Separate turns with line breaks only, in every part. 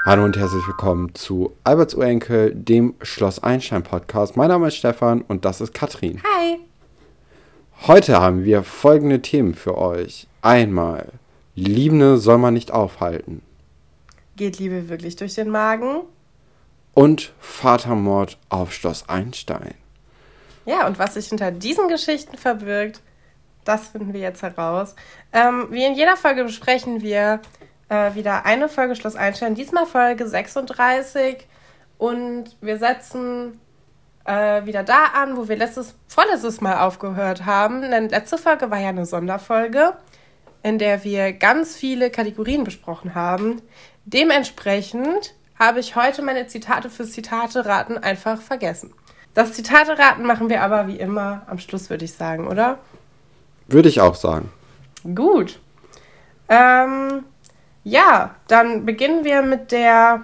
Hallo und herzlich willkommen zu Alberts Urenkel, dem Schloss Einstein Podcast. Mein Name ist Stefan und das ist Katrin.
Hi!
Heute haben wir folgende Themen für euch. Einmal, Liebende soll man nicht aufhalten.
Geht Liebe wirklich durch den Magen?
Und Vatermord auf Schloss Einstein.
Ja, und was sich hinter diesen Geschichten verbirgt, das finden wir jetzt heraus. Wie in jeder Folge besprechen wir wieder eine Folge Schloss Einstein, diesmal Folge 36. Und wir setzen wieder da an, wo wir vorletztes Mal aufgehört haben. Denn letzte Folge war ja eine Sonderfolge, in der wir ganz viele Kategorien besprochen haben. Dementsprechend habe ich heute meine Zitate fürs Zitate-Raten einfach vergessen. Das Zitate-Raten machen wir aber wie immer am Schluss, würde ich sagen, oder?
Würde ich auch sagen.
Gut. Ja, dann beginnen wir mit der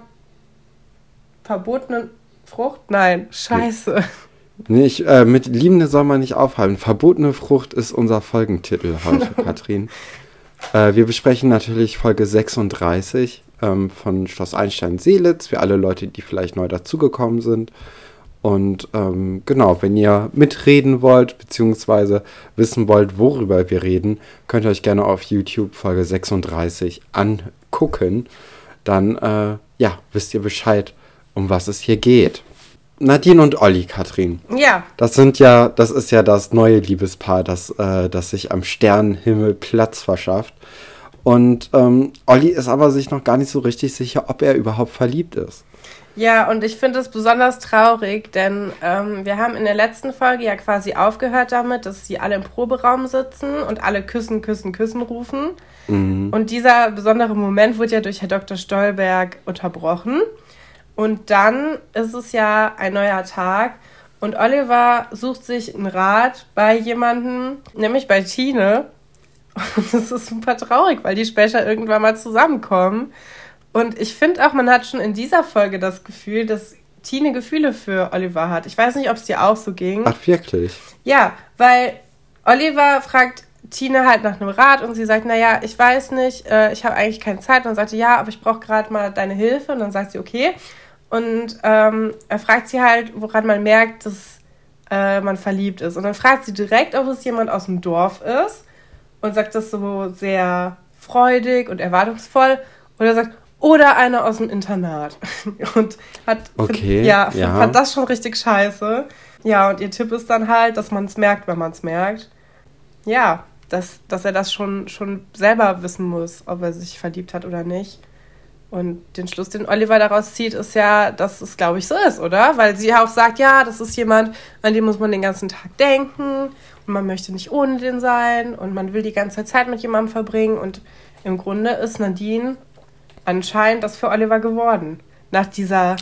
verbotenen Frucht. Nein, scheiße.
Nicht, mit Liebende soll man nicht aufhalten. Verbotene Frucht ist unser Folgentitel heute, Katrin. Wir besprechen natürlich Folge 36 von Schloss Einstein-Seelitz, für alle Leute, die vielleicht neu dazugekommen sind. Und genau, wenn ihr mitreden wollt, beziehungsweise wissen wollt, worüber wir reden, könnt ihr euch gerne auf YouTube Folge 36 angucken. Dann, wisst ihr Bescheid, um was es hier geht. Nadine und Olli, Katrin.
Ja.
Das ist ja das neue Liebespaar, das sich am Sternenhimmel Platz verschafft. Und Olli ist aber sich noch gar nicht so richtig sicher, ob er überhaupt verliebt ist.
Ja, und ich finde es besonders traurig, denn wir haben in der letzten Folge ja quasi aufgehört damit, dass sie alle im Proberaum sitzen und alle küssen, küssen, küssen rufen. Mhm. Und dieser besondere Moment wurde ja durch Herr Dr. Stolberg unterbrochen. Und dann ist es ja ein neuer Tag und Oliver sucht sich einen Rat bei jemandem, nämlich bei Tine. Und das ist super traurig, weil die später irgendwann mal zusammenkommen. Und ich finde auch, man hat schon in dieser Folge das Gefühl, dass Tine Gefühle für Oliver hat. Ich weiß nicht, ob es dir auch so ging.
Ach, wirklich?
Ja, weil Oliver fragt Tine halt nach einem Rat und sie sagt, naja, ich weiß nicht, ich habe eigentlich keine Zeit. Und dann sagt sie, ja, aber ich brauche gerade mal deine Hilfe. Und dann sagt sie, okay. Und er fragt sie halt, woran man merkt, dass man verliebt ist. Und dann fragt sie direkt, ob es jemand aus dem Dorf ist. Und sagt das so sehr freudig und erwartungsvoll. Und er sagt, oder einer aus dem Internat. Und fand das schon richtig scheiße. Ja, und ihr Tipp ist dann halt, dass man es merkt, wenn man es merkt. Ja, dass er das schon selber wissen muss, ob er sich verliebt hat oder nicht. Und den Schluss, den Oliver daraus zieht, ist ja, dass es, glaube ich, so ist, oder? Weil sie auch sagt, ja, das ist jemand, an den muss man den ganzen Tag denken. Und man möchte nicht ohne den sein. Und man will die ganze Zeit mit jemandem verbringen. Und im Grunde ist Nadine anscheinend das für Oliver geworden. Nach dieser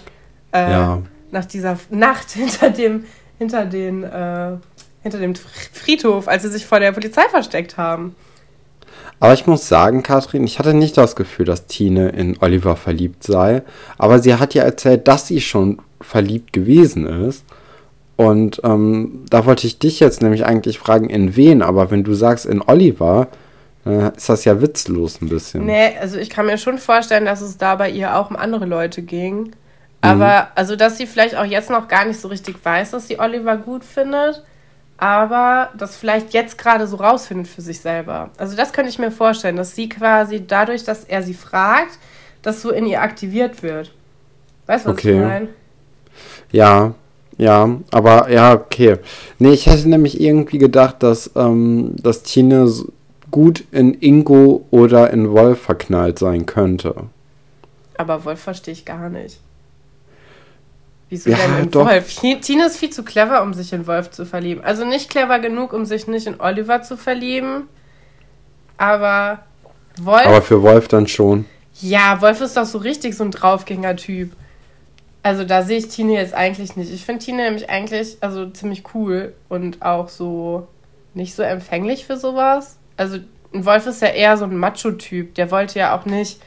Nacht hinter dem Friedhof, als sie sich vor der Polizei versteckt haben.
Aber ich muss sagen, Katrin, ich hatte nicht das Gefühl, dass Tine in Oliver verliebt sei. Aber sie hat ja erzählt, dass sie schon verliebt gewesen ist. Und da wollte ich dich jetzt nämlich eigentlich fragen, in wen? Aber wenn du sagst, in Oliver, ist das ja witzlos ein bisschen.
Nee, also ich kann mir schon vorstellen, dass es da bei ihr auch um andere Leute ging. Aber, also, dass sie vielleicht auch jetzt noch gar nicht so richtig weiß, dass sie Oliver gut findet. Aber das vielleicht jetzt gerade so rausfindet für sich selber. Also das könnte ich mir vorstellen, dass sie quasi dadurch, dass er sie fragt, das so in ihr aktiviert wird. Weißt du, was ich meine?
Ja, aber ja, okay. Nee, ich hätte nämlich irgendwie gedacht, dass Tine gut in Ingo oder in Wolf verknallt sein könnte.
Aber Wolf verstehe ich gar nicht. Wieso denn in Wolf? Tine ist viel zu clever, um sich in Wolf zu verlieben. Also nicht clever genug, um sich nicht in Oliver zu verlieben. Aber Wolf...
Aber für Wolf dann schon.
Ja, Wolf ist doch so richtig so ein Draufgänger-Typ. Also da sehe ich Tine jetzt eigentlich nicht. Ich finde Tine nämlich eigentlich ziemlich cool und auch so nicht so empfänglich für sowas. Also ein Wolf ist ja eher so ein Macho-Typ. Der wollte ja auch nicht...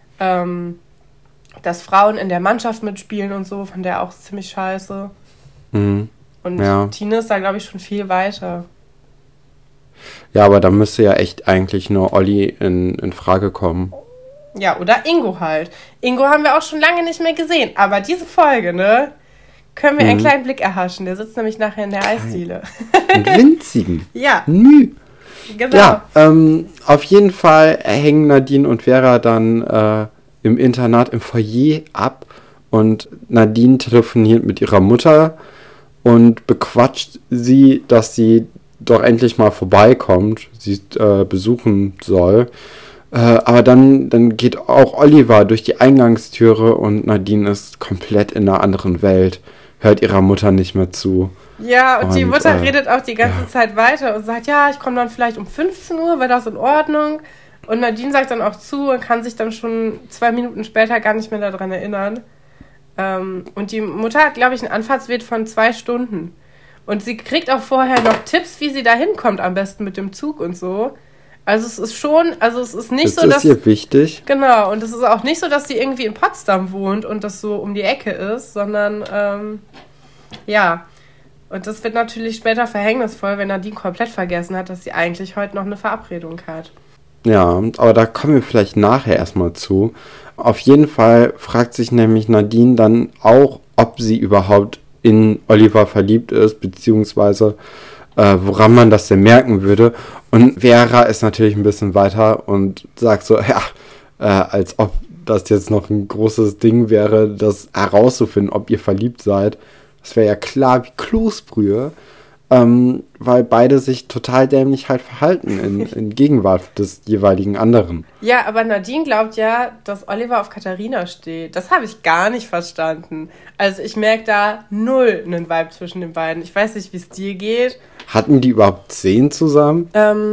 dass Frauen in der Mannschaft mitspielen und so, fand der auch ziemlich scheiße. Mhm. Und Tine ist da, glaube ich, schon viel weiter.
Ja, aber da müsste ja echt eigentlich nur Olli in Frage kommen.
Ja, oder Ingo halt. Ingo haben wir auch schon lange nicht mehr gesehen. Aber diese Folge, ne, können wir einen kleinen Blick erhaschen. Der sitzt nämlich nachher in der Eisdiele.
Einen winzigen.
Ja.
Genau. Ja, auf jeden Fall hängen Nadine und Vera dann im Internat im Foyer ab. Und Nadine telefoniert mit ihrer Mutter und bequatscht sie, dass sie doch endlich mal vorbeikommt, sie besuchen soll. Aber dann geht auch Oliver durch die Eingangstüre und Nadine ist komplett in einer anderen Welt, hört ihrer Mutter nicht mehr zu.
Ja, und die Mutter redet auch die ganze Zeit weiter und sagt, ja, ich komme dann vielleicht um 15 Uhr, wäre das in Ordnung? Und Nadine sagt dann auch zu und kann sich dann schon 2 Minuten später gar nicht mehr daran erinnern. Und die Mutter hat, glaube ich, einen Anfahrtsweg von 2 Stunden. Und sie kriegt auch vorher noch Tipps, wie sie da hinkommt, am besten mit dem Zug und so. Also es ist schon, es ist nicht so, dass...
Das ist ihr wichtig.
Genau, und es ist auch nicht so, dass sie irgendwie in Potsdam wohnt und das so um die Ecke ist, sondern, ja. Und das wird natürlich später verhängnisvoll, wenn Nadine komplett vergessen hat, dass sie eigentlich heute noch eine Verabredung hat.
Ja, aber da kommen wir vielleicht nachher erstmal zu. Auf jeden Fall fragt sich nämlich Nadine dann auch, ob sie überhaupt in Oliver verliebt ist, beziehungsweise woran man das denn merken würde. Und Vera ist natürlich ein bisschen weiter und sagt so, ja, als ob das jetzt noch ein großes Ding wäre, das herauszufinden, ob ihr verliebt seid. Das wäre ja klar wie Kloßbrühe. Weil beide sich total dämlich halt verhalten in Gegenwart des jeweiligen anderen.
Ja, aber Nadine glaubt ja, dass Oliver auf Katharina steht. Das habe ich gar nicht verstanden. Also ich merke da 0 einen Vibe zwischen den beiden. Ich weiß nicht, wie es dir geht.
Hatten die überhaupt 10 zusammen?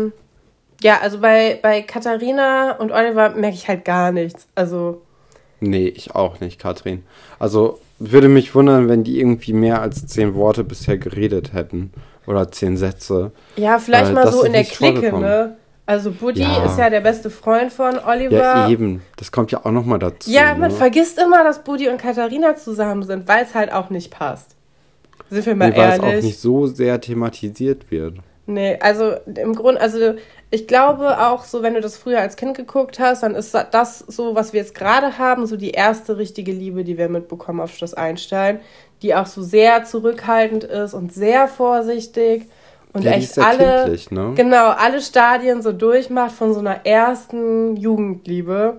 Ja, also bei Katharina und Oliver merke ich halt gar nichts. Also...
Nee, ich auch nicht, Katrin. Also würde mich wundern, wenn die irgendwie mehr als 10 Worte bisher geredet hätten. Oder 10 Sätze.
Ja, vielleicht mal so in der Clique, ne? Also Buddy ist ja der beste Freund von Oliver.
Ja, eben. Das kommt ja auch nochmal dazu.
Ja, man vergisst immer, dass Buddy und Katharina zusammen sind, weil es halt auch nicht passt. Sind wir mal ehrlich.
Weil es auch nicht so sehr thematisiert wird.
Nee, also im Grunde, also ich glaube auch so, wenn du das früher als Kind geguckt hast, dann ist das so, was wir jetzt gerade haben, so die erste richtige Liebe, die wir mitbekommen auf Schloss Einstein, die auch so sehr zurückhaltend ist und sehr vorsichtig und
ja,
echt alle,
kindlich, ne?
Genau, alle Stadien so durchmacht von so einer ersten Jugendliebe.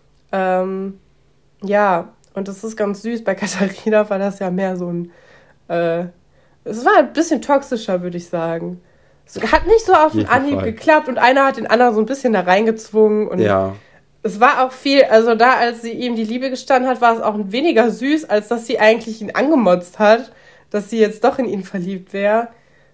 Ja, und das ist ganz süß. Bei Katharina war das ja mehr so ein, es war ein bisschen toxischer, würde ich sagen. Es hat nicht so auf den Anhieb geklappt und einer hat den anderen so ein bisschen da reingezwungen. Und es war auch viel, also da, als sie ihm die Liebe gestanden hat, war es auch weniger süß, als dass sie eigentlich ihn angemotzt hat, dass sie jetzt doch in ihn verliebt wäre.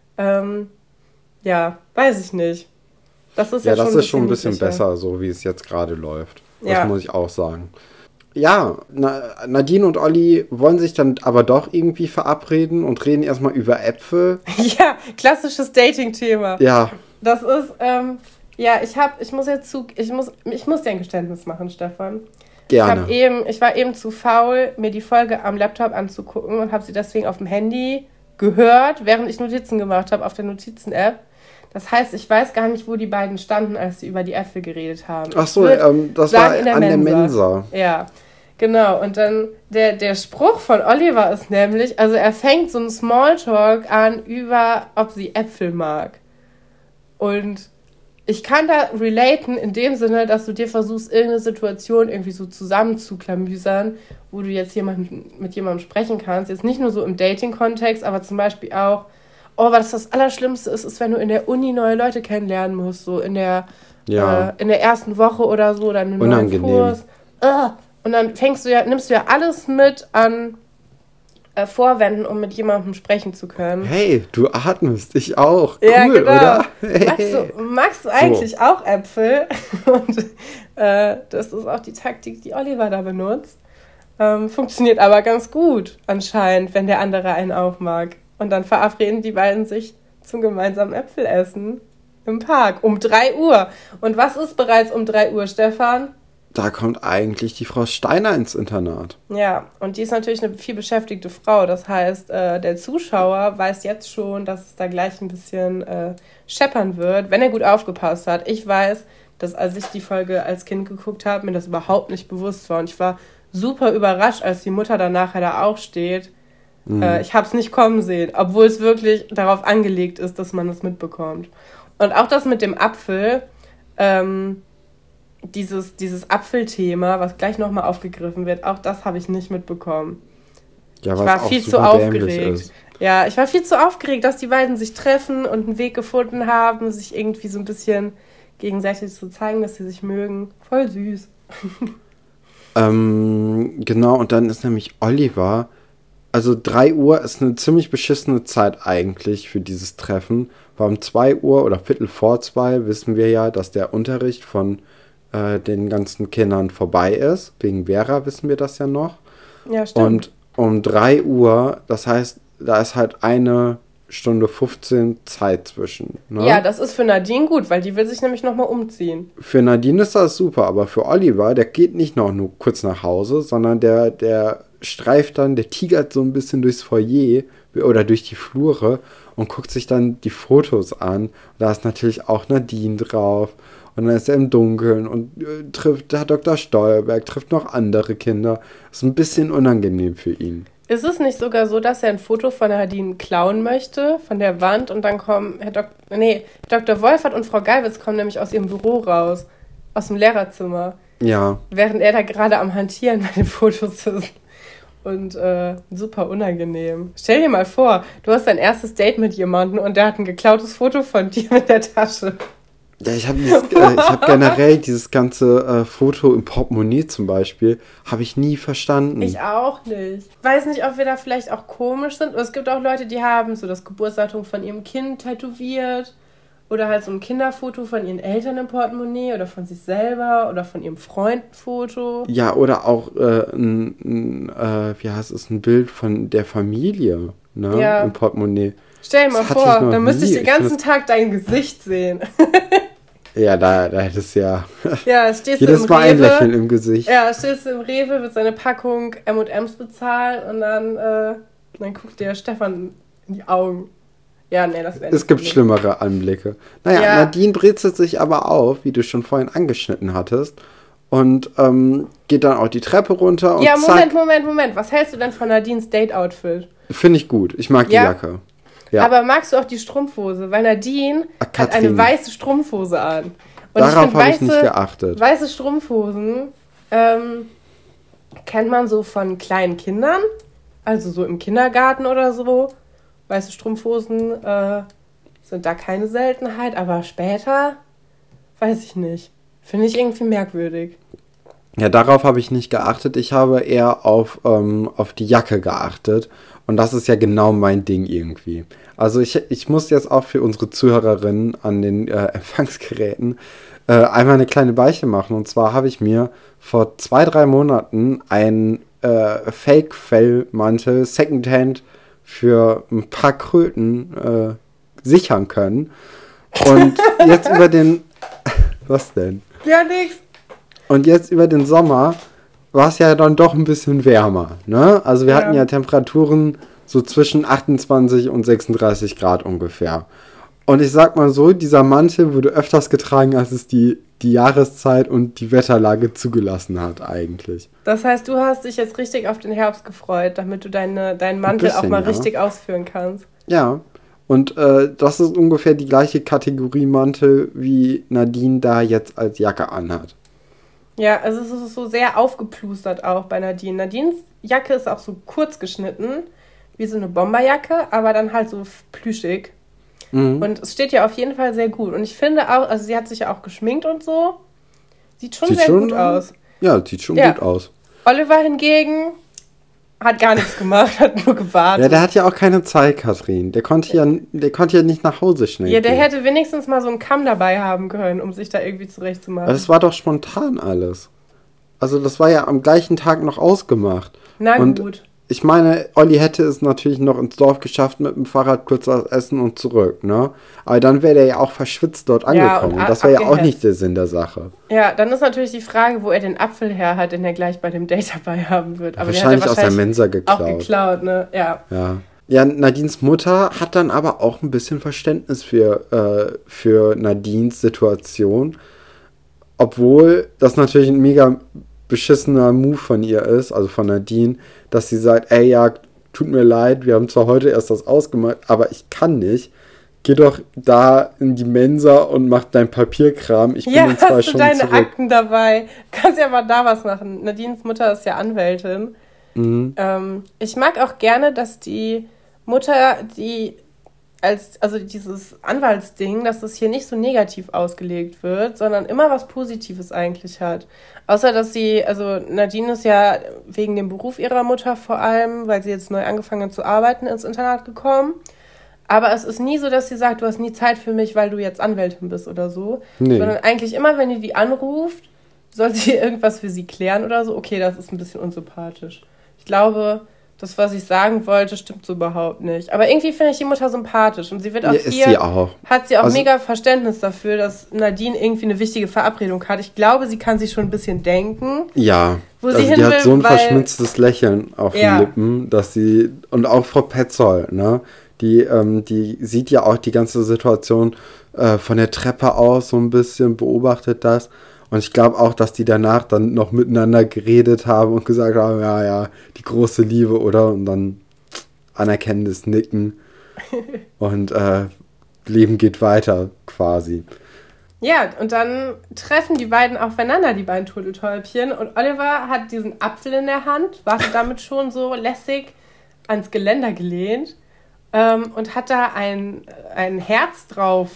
Ja, weiß ich nicht. Das ist
das ist schon ein bisschen besser, so wie es jetzt gerade läuft. Das muss ich auch sagen. Ja, Nadine und Olli wollen sich dann aber doch irgendwie verabreden und reden erstmal über Äpfel.
Ja, klassisches Dating-Thema.
Ja.
Das ist, ich muss dir ein Geständnis machen, Stefan.
Gerne.
Ich war eben zu faul, mir die Folge am Laptop anzugucken und habe sie deswegen auf dem Handy gehört, während ich Notizen gemacht habe auf der Notizen-App. Das heißt, ich weiß gar nicht, wo die beiden standen, als sie über die Äpfel geredet haben.
Ach so, das war an der Mensa.
Ja, genau. Und dann der Spruch von Oliver ist nämlich, also er fängt so einen Smalltalk an über, ob sie Äpfel mag. Und ich kann da relaten in dem Sinne, dass du dir versuchst, irgendeine Situation irgendwie so zusammenzuklamüsern, wo du jetzt mit jemandem sprechen kannst. Jetzt nicht nur so im Dating-Kontext, aber zum Beispiel auch, was das Allerschlimmste ist, wenn du in der Uni neue Leute kennenlernen musst, so in der ersten Woche oder so, oder einen neuen Kurs. Und dann nimmst du ja alles mit an Vorwänden, um mit jemandem sprechen zu können.
Hey, du atmest, ich auch. Cool,
ja, genau.
Oder?
Magst du eigentlich auch Äpfel? Und das ist auch die Taktik, die Oliver da benutzt. Funktioniert aber ganz gut anscheinend, wenn der andere einen auch mag. Und dann verabreden die beiden sich zum gemeinsamen Äpfelessen im Park um 3 Uhr. Und was ist bereits um 3 Uhr, Stefan?
Da kommt eigentlich die Frau Steiner ins Internat.
Ja, und die ist natürlich eine viel beschäftigte Frau. Das heißt, der Zuschauer weiß jetzt schon, dass es da gleich ein bisschen scheppern wird, wenn er gut aufgepasst hat. Ich weiß, dass als ich die Folge als Kind geguckt habe, mir das überhaupt nicht bewusst war. Und ich war super überrascht, als die Mutter dann nachher da auch steht. Ich habe es nicht kommen sehen, obwohl es wirklich darauf angelegt ist, dass man es mitbekommt. Und auch das mit dem Apfel, dieses Apfelthema, was gleich nochmal aufgegriffen wird, auch das habe ich nicht mitbekommen.
Ja,
ich war viel zu aufgeregt. Ja, ich war viel zu aufgeregt, dass die beiden sich treffen und einen Weg gefunden haben, sich irgendwie so ein bisschen gegenseitig zu zeigen, dass sie sich mögen. Voll süß.
Genau, und dann ist nämlich Oliver. Also 3 Uhr ist eine ziemlich beschissene Zeit eigentlich für dieses Treffen. Weil um 2 Uhr oder Viertel vor 2 wissen wir ja, dass der Unterricht von den ganzen Kindern vorbei ist. Wegen Vera wissen wir das ja noch.
Ja, stimmt.
Und um 3 Uhr, das heißt, da ist halt 1 Stunde 15 Zeit zwischen. Ne?
Ja, das ist für Nadine gut, weil die will sich nämlich nochmal umziehen.
Für Nadine ist das super, aber für Oliver, der geht nicht noch nur kurz nach Hause, sondern der streift dann, der tigert so ein bisschen durchs Foyer oder durch die Flure und guckt sich dann die Fotos an. Da ist natürlich auch Nadine drauf. Und dann ist er im Dunkeln und trifft Herr Dr. Steuerberg, trifft noch andere Kinder. Ist ein bisschen unangenehm für ihn.
Ist es nicht sogar so, dass er ein Foto von Nadine klauen möchte, von der Wand, und dann kommen Dr. Wolfert und Frau Geiwitz kommen nämlich aus ihrem Büro raus, aus dem Lehrerzimmer.
Ja.
Während er da gerade am Hantieren bei den Fotos ist. Und super unangenehm. Stell dir mal vor, du hast dein erstes Date mit jemandem und der hat ein geklautes Foto von dir mit der Tasche.
Ja, ich hab generell dieses ganze Foto im Portemonnaie zum Beispiel, habe ich nie verstanden.
Ich auch nicht. Ich weiß nicht, ob wir da vielleicht auch komisch sind. Es gibt auch Leute, die haben so das Geburtsdatum von ihrem Kind tätowiert. Oder halt so ein Kinderfoto von ihren Eltern im Portemonnaie oder von sich selber oder von ihrem Freund ein Foto.
Ja, oder auch ein Bild von der Familie, ne,
ja.
im Portemonnaie.
Stell dir mal vor, dann müsste ich den ganzen Tag dein Gesicht sehen.
Ja, da hättest du ja,
stehst
jedes
du im
Mal ein
Rewe,
Lächeln im Gesicht.
Ja, stehst du im Rewe, wird seine Packung M&M's bezahlt und dann guckt dir Stefan in die Augen. Ja, nee, das wäre nicht.
Es gibt schlimmere Anblicke. Naja, ja. Nadine brezelt sich aber auf, wie du schon vorhin angeschnitten hattest. Und geht dann auch die Treppe runter. Und
ja, Moment. Was hältst du denn von Nadines Date-Outfit?
Finde ich gut. Ich mag die Jacke. Ja.
Aber magst du auch die Strumpfhose? Weil Nadine hat eine weiße Strumpfhose an. Und
darauf habe ich nicht geachtet.
Weiße Strumpfhosen kennt man so von kleinen Kindern. Also so im Kindergarten oder so. Weiße Strumpfhosen sind da keine Seltenheit. Aber später, weiß ich nicht. Finde ich irgendwie merkwürdig.
Ja, darauf habe ich nicht geachtet. Ich habe eher auf die Jacke geachtet. Und das ist ja genau mein Ding irgendwie. Also ich muss jetzt auch für unsere Zuhörerinnen an den Empfangsgeräten einmal eine kleine Beichte machen. Und zwar habe ich mir vor 2-3 Monaten einen Fake-Fellmantel Secondhand für ein paar Kröten sichern können. Und jetzt über den... Was denn?
Ja, nix.
Und jetzt über den Sommer war es ja dann doch ein bisschen wärmer, ne? Also wir hatten ja Temperaturen so zwischen 28 und 36 Grad ungefähr. Und ich sag mal so, dieser Mantel wurde öfters getragen, als es die Jahreszeit und die Wetterlage zugelassen hat eigentlich.
Das heißt, du hast dich jetzt richtig auf den Herbst gefreut, damit du deinen Mantel auch mal richtig ausführen kannst.
Ja, und das ist ungefähr die gleiche Kategorie Mantel, wie Nadine da jetzt als Jacke anhat.
Ja, also es ist so sehr aufgeplustert auch bei Nadine. Nadines Jacke ist auch so kurz geschnitten, wie so eine Bomberjacke, aber dann halt so plüschig. Mhm. Und es steht ja auf jeden Fall sehr gut. Und ich finde auch, also sie hat sich ja auch geschminkt und so. Sieht schon sehr gut aus.
Ja, sieht schon gut aus.
Oliver hingegen hat gar nichts gemacht, hat nur gewartet.
Ja, der hat ja auch keine Zeit, Katrin. Der konnte ja nicht nach Hause schnell
gehen. Hätte wenigstens mal so einen Kamm dabei haben können, um sich da irgendwie zurechtzumachen.
Aber das war doch spontan alles. Also das war ja am gleichen Tag noch ausgemacht.
Na gut.
Und ich meine, Olli hätte es natürlich noch ins Dorf geschafft mit dem Fahrrad kurz was essen und zurück, ne? Aber dann wäre der ja auch verschwitzt dort angekommen. Und das wäre ja auch nicht der Sinn der Sache.
Ja, dann ist natürlich die Frage, wo er den Apfel her hat, den er gleich bei dem Date dabei haben wird. Aber
wahrscheinlich aus der Mensa geklaut.
Auch geklaut, ne? Ja.
Ja, Nadines Mutter hat dann aber auch ein bisschen Verständnis für Nadines Situation. obwohl das natürlich ein mega beschissener Move von ihr ist, also von Nadine, dass sie sagt, ey, ja, tut mir leid, wir haben zwar heute erst das ausgemacht, aber ich kann nicht. Geh doch da in die Mensa und mach dein Papierkram. Ich bin in 2 Stunden
deine
zurück.
Akten dabei. Kannst ja mal da was machen. Nadines Mutter ist ja Anwältin. Ich mag auch gerne, dass die Mutter, also dieses Anwaltsding, dass das hier nicht so negativ ausgelegt wird, sondern immer was Positives eigentlich hat. Außer, dass also Nadine ist ja wegen dem Beruf ihrer Mutter vor allem, weil sie jetzt neu angefangen hat zu arbeiten, ins Internat gekommen. Aber es ist nie so, dass sie sagt, du hast nie Zeit für mich, weil du jetzt Anwältin bist oder so. Nee. Sondern eigentlich immer, wenn ihr die anruft, soll sie irgendwas für sie klären oder so. Okay, das ist ein bisschen unsympathisch. Ich glaube, das, was ich sagen wollte, stimmt so überhaupt nicht. Aber irgendwie finde ich die Mutter sympathisch. Und sie wird auch hat sie auch mega Verständnis dafür, dass Nadine irgendwie eine wichtige Verabredung hat. Ich glaube, sie kann sich schon ein bisschen denken.
Ja,
wo sie hin
die
will,
hat so ein verschmitztes Lächeln auf den Lippen, dass sie, und auch Frau Petzold, ne? Die sieht ja auch die ganze Situation von der Treppe aus so ein bisschen, beobachtet das. Und ich glaube auch, dass die danach dann noch miteinander geredet haben und gesagt haben, ja, die große Liebe, oder? Und dann anerkennendes Nicken. Und Leben geht weiter, quasi.
Ja, und dann treffen die beiden aufeinander, die beiden Turteltäubchen. Und Oliver hat diesen Apfel in der Hand, wartet damit schon so lässig ans Geländer gelehnt. Und hat da ein Herz drauf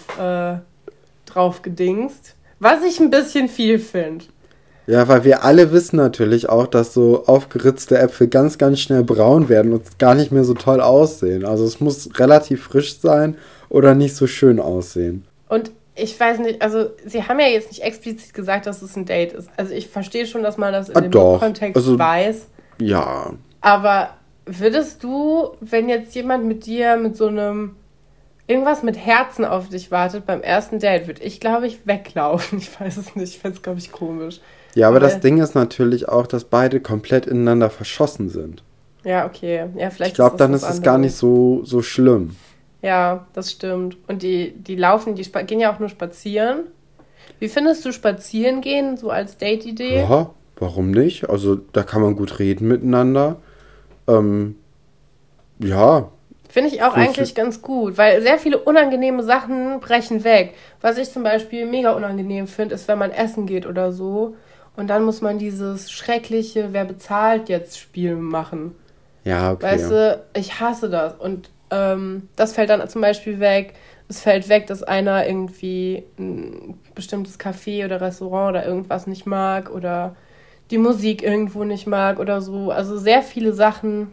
gedingst, was ich ein bisschen viel finde.
Ja, weil wir alle wissen natürlich auch, dass so aufgeritzte Äpfel ganz, ganz schnell braun werden und gar nicht mehr so toll aussehen. Also es muss relativ frisch sein oder nicht so schön aussehen.
Und ich weiß nicht, also sie haben ja jetzt nicht explizit gesagt, dass es ein Date ist. Also ich verstehe schon, dass man das in dem Kontext weiß.
Ja.
Aber würdest du, wenn jetzt jemand mit dir mit so einem irgendwas mit Herzen auf dich wartet beim ersten Date, würde ich, glaube ich, weglaufen. Ich weiß es nicht, ich fände es, glaube ich, komisch.
Ja, aber das Ding ist natürlich auch, dass beide komplett ineinander verschossen sind.
Ja, okay. Ja, vielleicht
ich glaube, dann ist es gar nicht so schlimm.
Ja, das stimmt. Und die gehen ja auch nur spazieren. Wie findest du spazieren gehen, so als Date-Idee?
Ja, warum nicht? Also, da kann man gut reden miteinander. Ja.
Finde ich auch eigentlich ganz gut, weil sehr viele unangenehme Sachen brechen weg. Was ich zum Beispiel mega unangenehm finde, ist, wenn man essen geht oder so und dann muss man dieses schreckliche Wer bezahlt jetzt Spiel machen.
Ja, okay.
Weißt du, ich hasse das und das fällt dann zum Beispiel weg. Es fällt weg, dass einer irgendwie ein bestimmtes Café oder Restaurant oder irgendwas nicht mag oder die Musik irgendwo nicht mag oder so. Also sehr viele Sachen.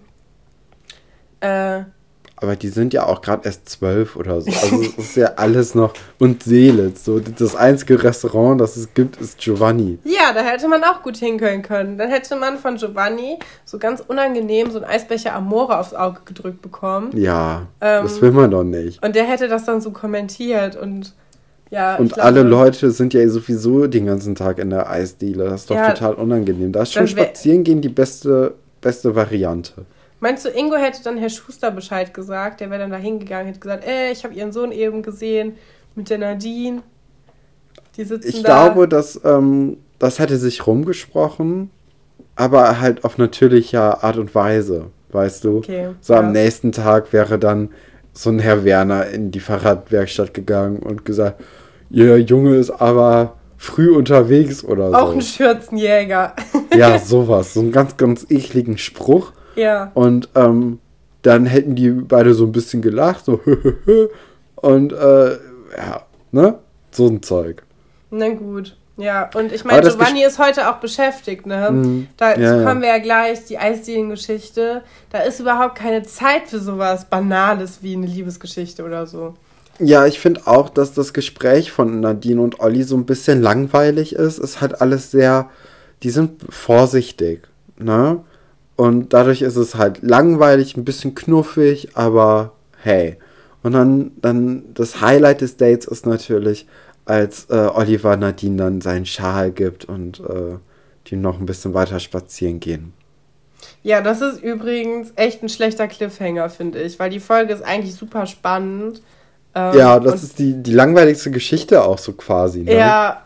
Aber die sind ja auch gerade erst 12 oder so. Also es ist ja alles noch. Und Seelitz. So, das einzige Restaurant, das es gibt, ist Giovanni.
Ja, da hätte man auch gut hinkönnen können. Dann hätte man von Giovanni so ganz unangenehm so einen Eisbecher Amore aufs Auge gedrückt bekommen.
Ja, das will man doch nicht.
Und der hätte das dann so kommentiert und ja.
Und alle Leute sind ja sowieso den ganzen Tag in der Eisdiele. Das ist doch total unangenehm. Da ist schon Spazierengehen die beste Variante.
Meinst du, Ingo hätte dann Herr Schuster Bescheid gesagt? Der wäre dann da hingegangen, hätte gesagt, ich habe ihren Sohn eben gesehen mit der Nadine. Die sitzen da.
Ich glaube, das hätte sich rumgesprochen, aber halt auf natürliche Art und Weise, weißt du?
Okay,
so am nächsten Tag wäre dann so ein Herr Werner in die Fahrradwerkstatt gegangen und gesagt, ihr Junge ist aber früh unterwegs oder so.
Auch ein Schürzenjäger.
Ja, sowas. So einen ganz, ganz ekligen Spruch.
Ja.
Und dann hätten die beide so ein bisschen gelacht, so und ja, ne? So ein Zeug.
Na gut. Ja, und ich meine, Giovanni ist heute auch beschäftigt, ne? Dazu kommen wir ja gleich, die Eisdielen-Geschichte. Da ist überhaupt keine Zeit für sowas Banales wie eine Liebesgeschichte oder so.
Ja, ich finde auch, dass das Gespräch von Nadine und Olli so ein bisschen langweilig ist. Es ist halt alles sehr, die sind vorsichtig, ne? Und dadurch ist es halt langweilig, ein bisschen knuffig, aber hey. Und dann das Highlight des Dates ist natürlich, als Oliver Nadine dann seinen Schal gibt und die noch ein bisschen weiter spazieren gehen.
Ja, das ist übrigens echt ein schlechter Cliffhanger, finde ich, weil die Folge ist eigentlich super spannend.
Ja, das ist die langweiligste Geschichte auch so quasi. Ne?
Ja, und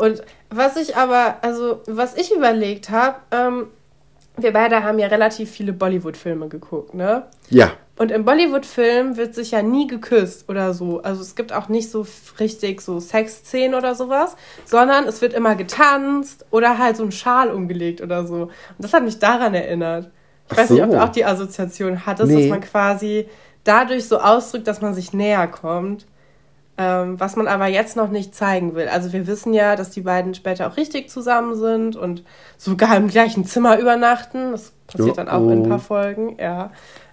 Was ich überlegt habe, wir beide haben ja relativ viele Bollywood-Filme geguckt, ne?
Ja.
Und im Bollywood-Film wird sich ja nie geküsst oder so. Also es gibt auch nicht so richtig so Sexszenen oder sowas, sondern es wird immer getanzt oder halt so ein Schal umgelegt oder so. Und das hat mich daran erinnert. Ich weiß nicht, ob du auch die Assoziation hattest, dass man quasi dadurch so ausdrückt, dass man sich näher kommt. Was man aber jetzt noch nicht zeigen will. Also wir wissen ja, dass die beiden später auch richtig zusammen sind und sogar im gleichen Zimmer übernachten. Das passiert dann auch in ein paar Folgen, ja.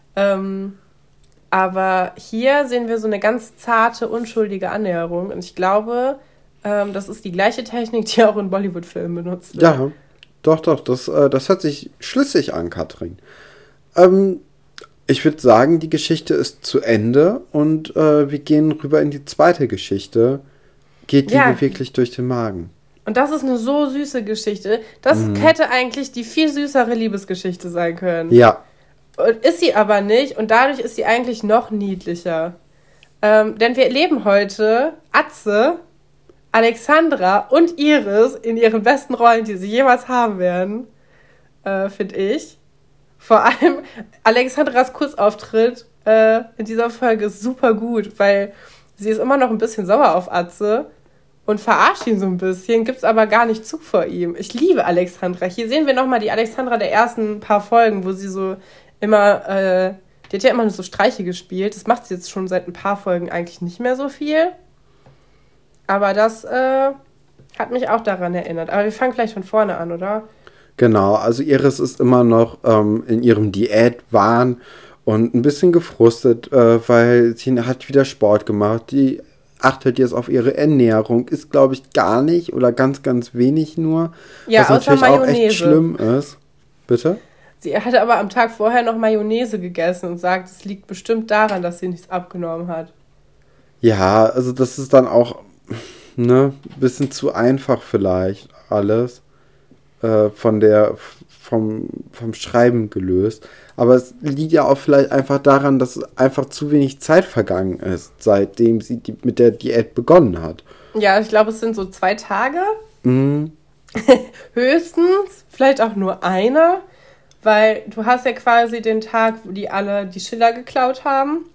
Aber hier sehen wir so eine ganz zarte, unschuldige Annäherung. Und ich glaube, das ist die gleiche Technik, die auch in Bollywood-Filmen benutzt wird.
Ja, doch. Das hört sich schlüssig an, Katrin. Ich würde sagen, die Geschichte ist zu Ende und wir gehen rüber in die zweite Geschichte. Geht Liebe wirklich durch den Magen?
Und das ist eine so süße Geschichte. Das hätte eigentlich die viel süßere Liebesgeschichte sein können.
Ja.
Und ist sie aber nicht und dadurch ist sie eigentlich noch niedlicher. Denn wir erleben heute Atze, Alexandra und Iris in ihren besten Rollen, die sie jemals haben werden, finde ich. Vor allem Alexandras Kurzauftritt in dieser Folge ist super gut, weil sie ist immer noch ein bisschen sauer auf Atze und verarscht ihn so ein bisschen, gibt's aber gar nicht zu vor ihm. Ich liebe Alexandra. Hier sehen wir nochmal die Alexandra der ersten paar Folgen, wo sie so immer, die hat ja immer nur so Streiche gespielt. Das macht sie jetzt schon seit ein paar Folgen eigentlich nicht mehr so viel. Aber das hat mich auch daran erinnert. Aber wir fangen gleich von vorne an, oder?
Genau, also Iris ist immer noch in ihrem Diätwahn und ein bisschen gefrustet, weil sie hat wieder Sport gemacht. Die achtet jetzt auf ihre Ernährung, ist, glaube ich, gar nicht oder ganz, ganz wenig nur.
Ja,
was
außer
natürlich
Mayonnaise.
Auch echt schlimm ist. Bitte?
Sie hatte aber am Tag vorher noch Mayonnaise gegessen und sagt, es liegt bestimmt daran, dass sie nichts abgenommen hat.
Ja, also das ist dann auch ein bisschen zu einfach vielleicht alles. Vom Schreiben gelöst. Aber es liegt ja auch vielleicht einfach daran, dass einfach zu wenig Zeit vergangen ist, seitdem sie mit der Diät begonnen hat.
Ja, ich glaube, es sind so 2 Tage.
Mhm.
Höchstens, vielleicht auch nur einer, weil du hast ja quasi den Tag, wo die alle die Schiller geklaut haben.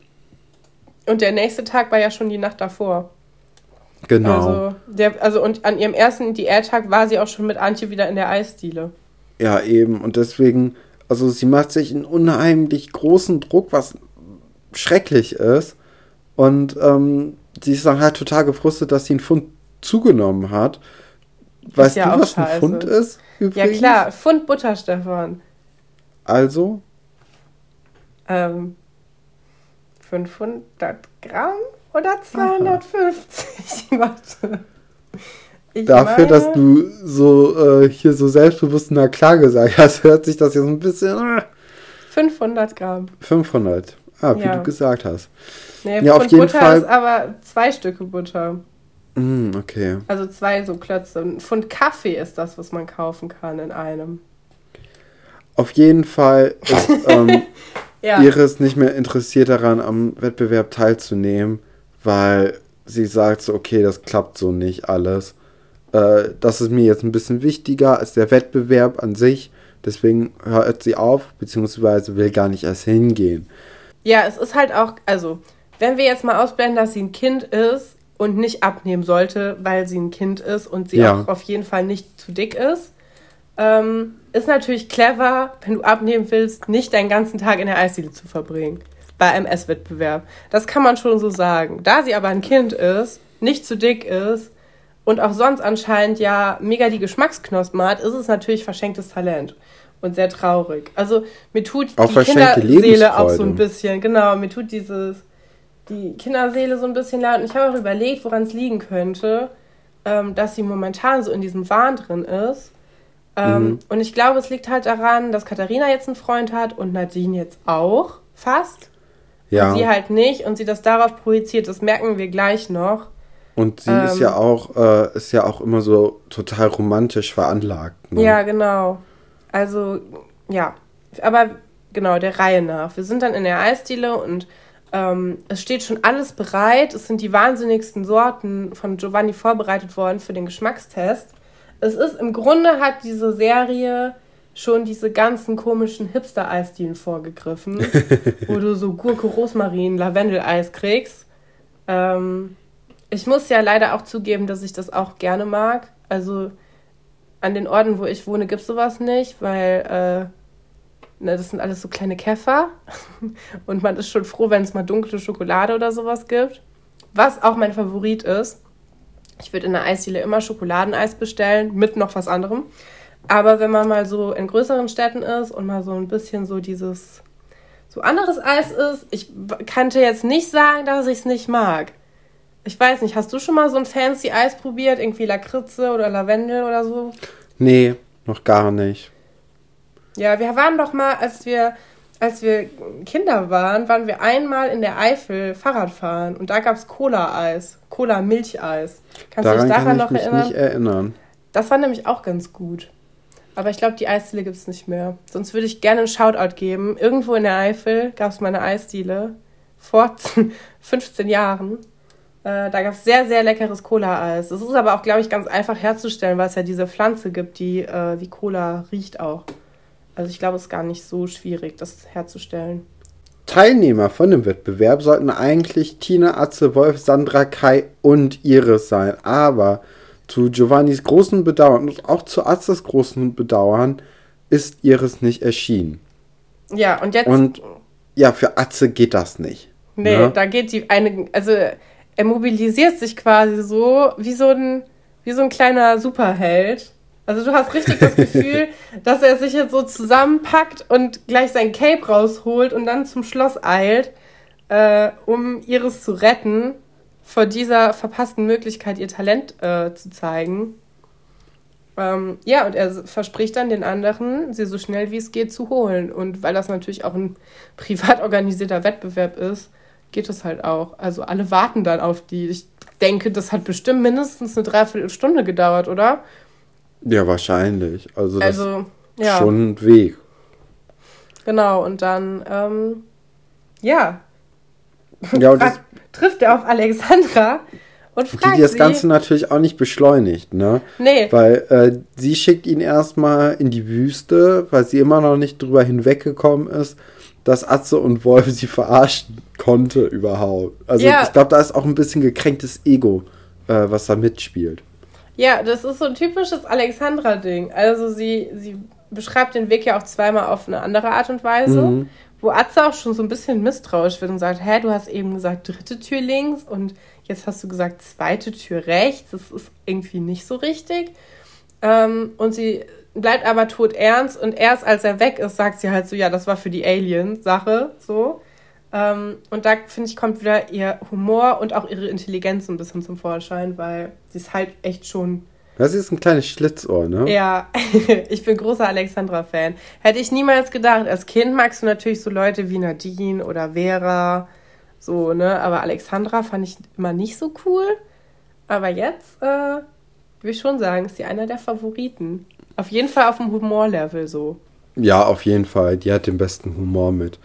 Und der nächste Tag war ja schon die Nacht davor.
Genau.
Und an ihrem ersten Diättag war sie auch schon mit Antje wieder in der Eisdiele.
Ja, eben. Und deswegen, also sie macht sich einen unheimlich großen Druck, was schrecklich ist. Und sie ist dann halt total gefrustet, dass sie einen Pfund zugenommen hat. Weißt du, was ein Pfund ist? Übrigens?
Ja klar, Pfund Butter, Stefan.
Also?
500 Gramm? Oder 250? Warte.
Dafür, dass du so hier so selbstbewusst na klar gesagt hast, hört sich das jetzt ein bisschen...
500 Gramm.
500. Wie du gesagt hast.
Nee,
ja,
Pfund Butter ist aber 2 Stücke Butter.
Okay.
Also 2 so Klötze. Ein Pfund Kaffee ist das, was man kaufen kann in einem.
Auf jeden Fall ist
ja.
Iris nicht mehr interessiert daran, am Wettbewerb teilzunehmen, weil sie sagt so, okay, das klappt so nicht alles. Das ist mir jetzt ein bisschen wichtiger als der Wettbewerb an sich. Deswegen hört sie auf, beziehungsweise will gar nicht erst hingehen.
Ja, es ist halt auch, also, wenn wir jetzt mal ausblenden, dass sie ein Kind ist und nicht abnehmen sollte, weil sie ein Kind ist und sie auch auf jeden Fall nicht zu dick ist, ist natürlich clever, wenn du abnehmen willst, nicht deinen ganzen Tag in der Eisdiele zu verbringen. Bei einem Esswettbewerb. Das kann man schon so sagen. Da sie aber ein Kind ist, nicht zu dick ist und auch sonst anscheinend ja mega die Geschmacksknospen hat, ist es natürlich verschenktes Talent. Und sehr traurig. Also mir tut
auch
die Kinderseele auch so ein bisschen, genau, mir tut die Kinderseele so ein bisschen leid. Und ich habe auch überlegt, woran es liegen könnte, dass sie momentan so in diesem Wahn drin ist. Und ich glaube, es liegt halt daran, dass Katharina jetzt einen Freund hat und Nadine jetzt auch fast. Ja. Und sie halt nicht und sie das darauf projiziert, das merken wir gleich noch.
Und sie ist ja auch immer so total romantisch veranlagt. Ne?
Ja, genau. Also, ja. Aber genau, der Reihe nach. Wir sind dann in der Eisdiele und es steht schon alles bereit. Es sind die wahnsinnigsten Sorten von Giovanni vorbereitet worden für den Geschmackstest. Es ist im Grunde hat diese Serie schon diese ganzen komischen Hipster-Eisdielen vorgegriffen, wo du so Gurke, Rosmarin, Lavendel-Eis kriegst. Ich muss ja leider auch zugeben, dass ich das auch gerne mag. Also an den Orten, wo ich wohne, gibt es sowas nicht, weil das sind alles so kleine Käfer. Und man ist schon froh, wenn es mal dunkle Schokolade oder sowas gibt. Was auch mein Favorit ist. Ich würde in der Eisdiele immer Schokoladeneis bestellen, mit noch was anderem. Aber wenn man mal so in größeren Städten ist und mal so ein bisschen so dieses so anderes Eis ist, ich könnte jetzt nicht sagen, dass ich es nicht mag. Ich weiß nicht, hast du schon mal so ein fancy Eis probiert? Irgendwie Lakritze oder Lavendel oder so?
Nee, noch gar nicht.
Ja, wir waren doch mal, als wir Kinder waren wir einmal in der Eifel Fahrrad fahren und da gab es Cola-Eis, Cola-Milcheis. Kannst du dich daran noch erinnern? Daran kann ich mich nicht erinnern. Das war nämlich auch ganz gut. Aber ich glaube, die Eisdiele gibt es nicht mehr. Sonst würde ich gerne einen Shoutout geben. Irgendwo in der Eifel gab es mal eine Eisdiele vor 15 Jahren. Da gab es sehr, sehr leckeres Cola-Eis. Das ist aber auch, glaube ich, ganz einfach herzustellen, weil es ja diese Pflanze gibt, die wie Cola riecht auch. Also ich glaube, es ist gar nicht so schwierig, das herzustellen.
Teilnehmer von dem Wettbewerb sollten eigentlich Tina, Atze, Wolf, Sandra, Kai und Iris sein. Aber zu Giovannis großen Bedauern und auch zu Atzes großen Bedauern ist Iris nicht erschienen.
Ja, und jetzt...
Und ja, für Atze geht das nicht.
Nee, ne? Da geht also er mobilisiert sich quasi so wie so ein kleiner Superheld. Also du hast richtig das Gefühl, dass er sich jetzt so zusammenpackt und gleich sein Cape rausholt und dann zum Schloss eilt, um Iris zu retten, vor dieser verpassten Möglichkeit, ihr Talent zu zeigen. Ja, und er verspricht dann den anderen, sie so schnell wie es geht zu holen. Und weil das natürlich auch ein privat organisierter Wettbewerb ist, geht es halt auch. Also alle warten dann auf die. Ich denke, das hat bestimmt mindestens eine Dreiviertelstunde gedauert, oder?
Ja, wahrscheinlich. Also das ist
ja.
schon ein Weg.
Genau, und dann,
ja, und
trifft er auf Alexandra und fragt
die das Ganze natürlich auch nicht beschleunigt, ne?
Nee.
Weil sie schickt ihn erstmal in die Wüste, weil sie immer noch nicht drüber hinweggekommen ist, dass Atze und Wolf sie verarschen konnte überhaupt. Also ja. Ich glaube, da ist auch ein bisschen gekränktes Ego, was da mitspielt.
Ja, das ist so ein typisches Alexandra-Ding. Also sie beschreibt den Weg ja auch zweimal auf eine andere Art und Weise, wo Atze auch schon so ein bisschen misstrauisch wird und sagt, du hast eben gesagt, dritte Tür links und jetzt hast du gesagt, zweite Tür rechts. Das ist irgendwie nicht so richtig. Und sie bleibt aber todernst und erst als er weg ist, sagt sie halt so, ja, das war für die Alien-Sache, so. Und da, finde ich, kommt wieder ihr Humor und auch ihre Intelligenz ein bisschen zum Vorschein, weil sie ist halt echt schon...
Das ist ein kleines Schlitzohr, ne?
Ja, ich bin großer Alexandra-Fan. Hätte ich niemals gedacht. Als Kind magst du natürlich so Leute wie Nadine oder Vera, so, ne? Aber Alexandra fand ich immer nicht so cool. Aber jetzt, würde ich schon sagen, ist sie einer der Favoriten. Auf jeden Fall auf dem Humorlevel so.
Ja, auf jeden Fall. Die hat den besten Humor mit.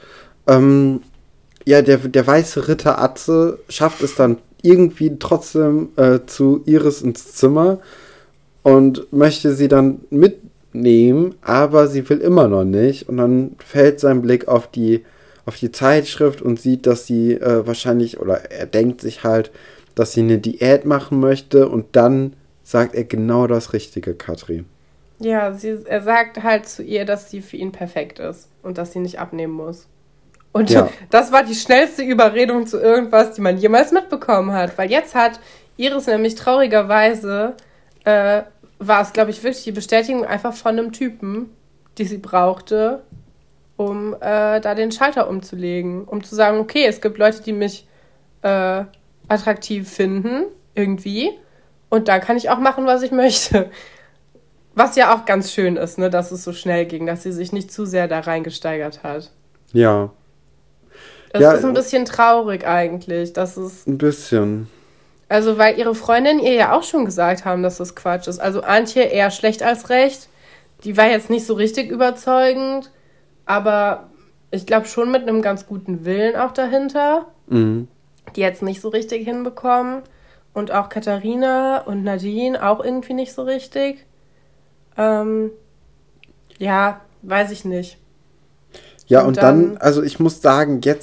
Ja, der weiße Ritter Atze schafft es dann irgendwie trotzdem zu Iris ins Zimmer und möchte sie dann mitnehmen, aber sie will immer noch nicht. Und dann fällt sein Blick auf die Zeitschrift und sieht, dass sie wahrscheinlich, oder er denkt sich halt, dass sie eine Diät machen möchte und dann sagt er genau das Richtige, Katrin.
Ja, er sagt halt zu ihr, dass sie für ihn perfekt ist und dass sie nicht abnehmen muss. Und ja. Das war die schnellste Überredung zu irgendwas, die man jemals mitbekommen hat. Weil jetzt hat Iris nämlich traurigerweise, war es, glaube ich, wirklich die Bestätigung einfach von einem Typen, die sie brauchte, um da den Schalter umzulegen. Um zu sagen, okay, es gibt Leute, die mich attraktiv finden, irgendwie. Und da kann ich auch machen, was ich möchte. Was ja auch ganz schön ist, ne, dass es so schnell ging, dass sie sich nicht zu sehr da reingesteigert hat.
Ja.
Es ist ein bisschen traurig eigentlich. Das ist
ein bisschen.
Also, weil ihre Freundinnen ihr ja auch schon gesagt haben, dass das Quatsch ist. Also Antje eher schlecht als recht. Die war jetzt nicht so richtig überzeugend. Aber ich glaube schon mit einem ganz guten Willen auch dahinter, die jetzt nicht so richtig hinbekommen. Und auch Katharina und Nadine auch irgendwie nicht so richtig. Ja, weiß ich nicht.
Ja, und dann, also ich muss sagen, jetzt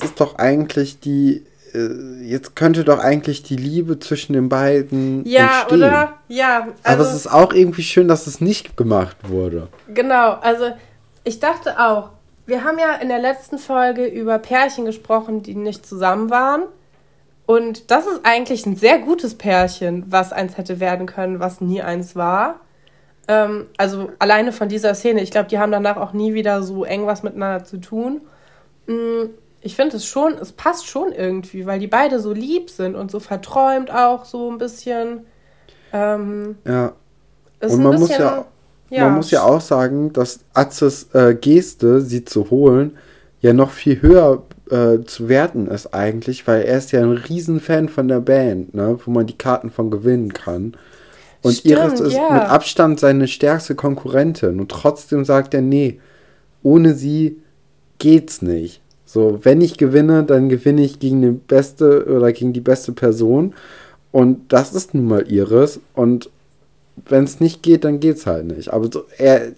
könnte doch eigentlich die Liebe zwischen den beiden entstehen.
Oder? Ja,
also. Aber es ist auch irgendwie schön, dass es nicht gemacht wurde.
Genau, also ich dachte auch, wir haben ja in der letzten Folge über Pärchen gesprochen, die nicht zusammen waren. Und das ist eigentlich ein sehr gutes Pärchen, was eins hätte werden können, was nie eins war. Also alleine von dieser Szene. Ich glaube, die haben danach auch nie wieder so eng was miteinander zu tun. Ich finde es passt schon irgendwie, weil die beide so lieb sind und so verträumt auch so ein bisschen.
Ja. Und man muss ja auch sagen, dass Atzes Geste, sie zu holen, ja noch viel höher zu werten ist eigentlich, weil er ist ja ein Riesenfan von der Band, ne, wo man die Karten von gewinnen kann. Und
Stimmt,
Iris ist mit Abstand seine stärkste Konkurrentin. Und trotzdem sagt er, nee, ohne sie geht's nicht. So, wenn ich gewinne, dann gewinne ich gegen die beste Person. Und das ist nun mal Iris. Und wenn es nicht geht, dann geht's halt nicht. Aber so, er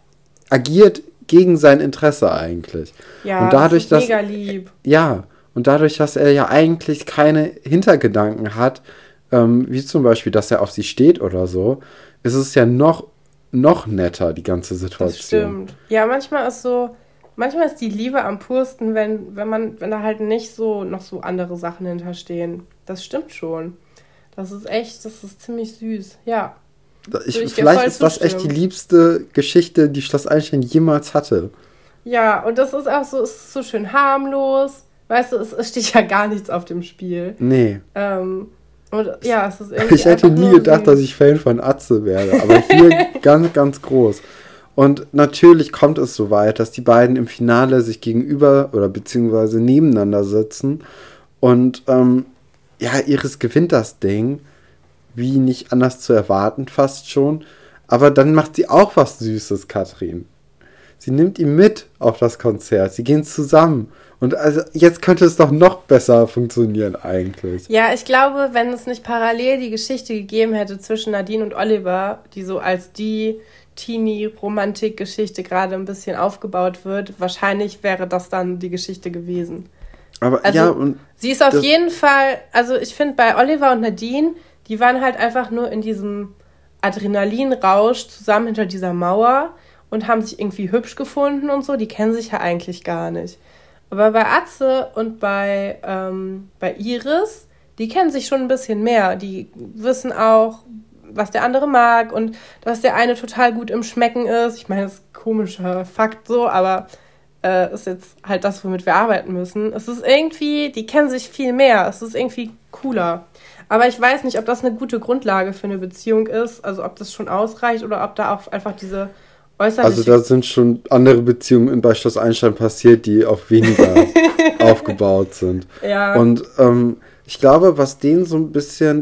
agiert gegen sein Interesse eigentlich.
Ja,
und dadurch,
das ist mega lieb.
Ja, und dadurch, dass er ja eigentlich keine Hintergedanken hat, wie zum Beispiel, dass er auf sie steht oder so, ist es ja noch netter, die ganze Situation.
Das stimmt. Ja, manchmal ist die Liebe am pursten, wenn da halt nicht so noch so andere Sachen hinterstehen. Das stimmt schon. Das ist ziemlich süß, ja.
Vielleicht ist das echt die liebste Geschichte, die Schloss Einstein jemals hatte.
Ja, und das ist auch so, es ist so schön harmlos. Weißt du, es steht ja gar nichts auf dem Spiel.
Nee.
Und ja, es ist irgendwie
ich hätte nie gedacht, dass ich Fan von Atze werde, aber hier ganz, ganz groß. Und natürlich kommt es so weit, dass die beiden im Finale sich gegenüber oder beziehungsweise nebeneinander sitzen. Und Iris gewinnt das Ding, wie nicht anders zu erwarten, fast schon. Aber dann macht sie auch was Süßes, Katrin. Sie nimmt ihn mit auf das Konzert. Sie gehen zusammen. Und also jetzt könnte es doch noch besser funktionieren eigentlich.
Ja, ich glaube, wenn es nicht parallel die Geschichte gegeben hätte zwischen Nadine und Oliver, die so als die Teenie-Romantik-Geschichte gerade ein bisschen aufgebaut wird, wahrscheinlich wäre das dann die Geschichte gewesen.
Aber
also,
ja, und
sie ist auf jeden Fall, also ich finde bei Oliver und Nadine, die waren halt einfach nur in diesem Adrenalinrausch zusammen hinter dieser Mauer und haben sich irgendwie hübsch gefunden und so. Die kennen sich ja eigentlich gar nicht. Aber bei Atze und bei Iris, die kennen sich schon ein bisschen mehr. Die wissen auch, was der andere mag und dass der eine total gut im Schmecken ist. Ich meine, das ist ein komischer Fakt so, aber ist jetzt halt das, womit wir arbeiten müssen. Es ist irgendwie, die kennen sich viel mehr. Es ist irgendwie cooler. Aber ich weiß nicht, ob das eine gute Grundlage für eine Beziehung ist. Also ob das schon ausreicht oder ob da auch einfach diese äußerliche...
Also da sind schon andere Beziehungen bei Schloss Einstein passiert, die auf weniger aufgebaut sind.
Ja.
Und ich glaube, was denen so ein bisschen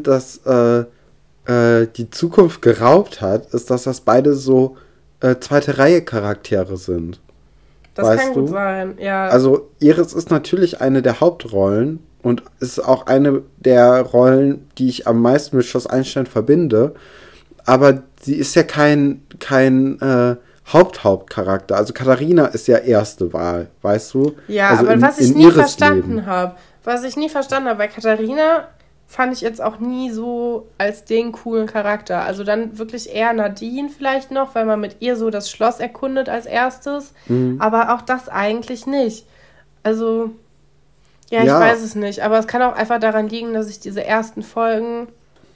die Zukunft geraubt hat, ist, dass das beide so zweite Reihe Charaktere sind.
Das kann gut sein, ja.
Also Iris ist natürlich eine der Hauptrollen und ist auch eine der Rollen, die ich am meisten mit Schloss Einstein verbinde. Aber sie ist ja kein Hauptcharakter. Also Katharina ist ja erste Wahl, weißt du?
Ja,
also
aber was ich nie verstanden habe bei Katharina, fand ich jetzt auch nie so als den coolen Charakter. Also dann wirklich eher Nadine vielleicht noch, weil man mit ihr so das Schloss erkundet als erstes. Mhm. Aber auch das eigentlich nicht. Also, ja, ich weiß es nicht. Aber es kann auch einfach daran liegen, dass ich diese ersten Folgen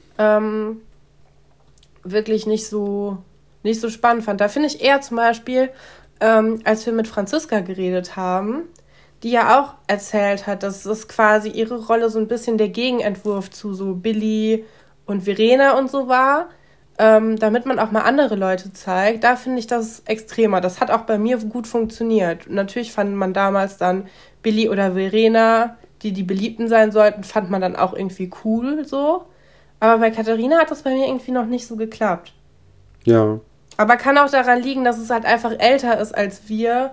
wirklich nicht so spannend fand. Da finde ich eher zum Beispiel, als wir mit Franziska geredet haben, die ja auch erzählt hat, dass es quasi ihre Rolle so ein bisschen der Gegenentwurf zu so Billy und Verena und so war, damit man auch mal andere Leute zeigt. Da finde ich das extremer. Das hat auch bei mir gut funktioniert. Natürlich fand man damals dann Billy oder Verena, die Beliebten sein sollten, fand man dann auch irgendwie cool so. Aber bei Katharina hat das bei mir irgendwie noch nicht so geklappt.
Ja.
Aber kann auch daran liegen, dass es halt einfach älter ist als wir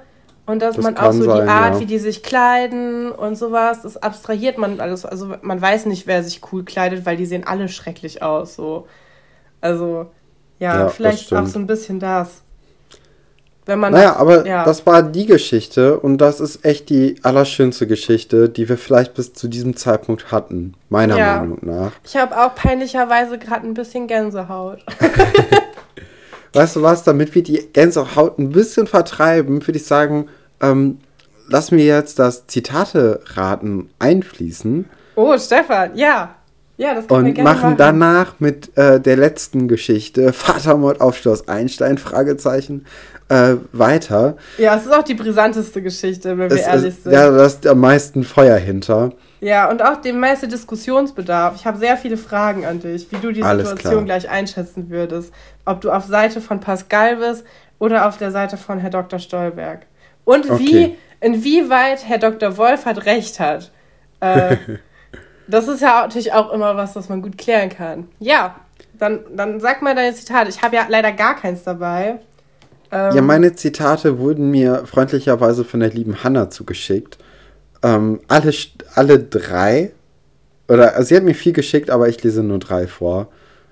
Und dass
Das
man auch
kann
so die
sein,
Art,
ja.
wie die sich kleiden und sowas, das abstrahiert man alles. Also man weiß nicht, wer sich cool kleidet, weil die sehen alle schrecklich aus. So. Also, ja,
Ja, das
vielleicht auch
stimmt.
so ein bisschen das. Wenn man
Naja,
nach,
aber
ja,
das war die Geschichte und das ist echt die allerschönste Geschichte, die wir vielleicht bis zu diesem Zeitpunkt hatten, meiner
ja.
Meinung nach.
Ich habe auch peinlicherweise gerade ein bisschen Gänsehaut.
Weißt du was, damit wir die Gänsehaut ein bisschen vertreiben, würde ich sagen, lass mir jetzt das Zitate-Raten einfließen
Oh, Stefan, ja. Ja, das können wir
und
gerne
machen
machen.
danach mit der letzten Geschichte, Vatermord auf Schloss Einstein, Fragezeichen, weiter.
Ja, es ist auch die brisanteste Geschichte, wenn wir ehrlich sind.
Ja, da ist am meisten Feuer hinter.
Ja, und auch dem meiste Diskussionsbedarf. Ich habe sehr viele Fragen an dich, wie du die
Alles
Situation
klar.
gleich einschätzen würdest. Ob du auf Seite von Pascal bist oder auf der Seite von Herr Dr. Stolberg. Und
Okay.
inwieweit Herr Dr. Wolfert recht hat. Das ist ja natürlich auch immer was man gut klären kann. Ja, dann sag mal deine Zitate. Ich habe ja leider gar keins dabei.
Ja, meine Zitate wurden mir freundlicherweise von der lieben Hanna zugeschickt. Alle drei. Also sie hat mir 4 geschickt, aber ich lese nur 3 vor.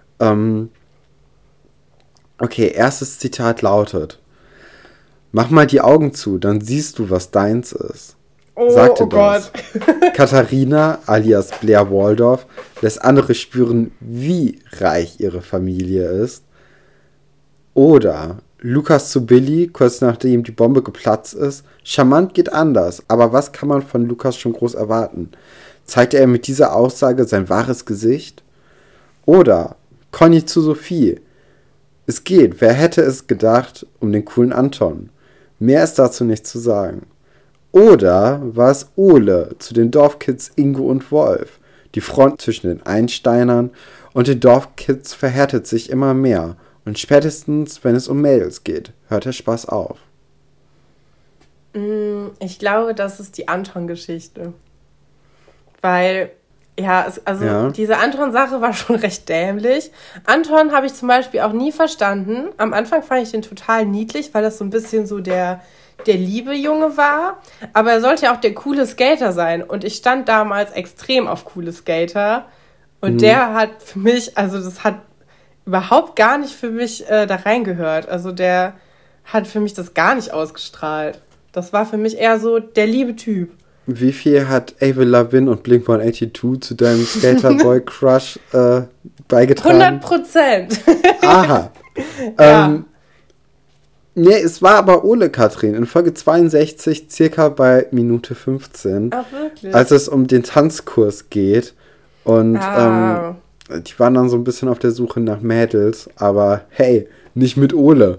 Okay, erstes Zitat lautet: Mach mal die Augen zu, dann siehst du, was deins ist. Sagte
Oh Gott.
Katharina alias Blair Waldorf lässt andere spüren, wie reich ihre Familie ist. Oder Lukas zu Billy, kurz nachdem die Bombe geplatzt ist: Charmant geht anders, aber was kann man von Lukas schon groß erwarten? Zeigt er mit dieser Aussage sein wahres Gesicht? Oder Conny zu Sophie: Es geht, wer hätte es gedacht, um den coolen Anton. Mehr ist dazu nicht zu sagen. Oder war es Ole zu den Dorfkids Ingo und Wolf? Die Front zwischen den Einsteinern und den Dorfkids verhärtet sich immer mehr. Und spätestens, wenn es um Mädels geht, hört der Spaß auf.
Ich glaube, das ist die Anton-Geschichte. Weil, ja,
Ja.
diese Anton-Sache war schon recht dämlich. Anton habe ich zum Beispiel auch nie verstanden. Am Anfang fand ich den total niedlich, weil das so ein bisschen so der liebe Junge war. Aber er sollte ja auch der coole Skater sein. Und ich stand damals extrem auf coole Skater. Und der hat für mich, also das hat überhaupt gar nicht für mich da reingehört. Also der hat für mich das gar nicht ausgestrahlt. Das war für mich eher so der liebe Typ.
Wie viel hat Avril Lavigne und Blink-182 zu deinem Skaterboy-Crush beigetragen?
100%.
Aha.
Ja.
Nee, es war aber Ole, Katrin, in Folge 62, circa bei Minute 15,
Ach, wirklich?
als es um den Tanzkurs geht. Und die waren dann so ein bisschen auf der Suche nach Mädels, aber hey, nicht mit Ole.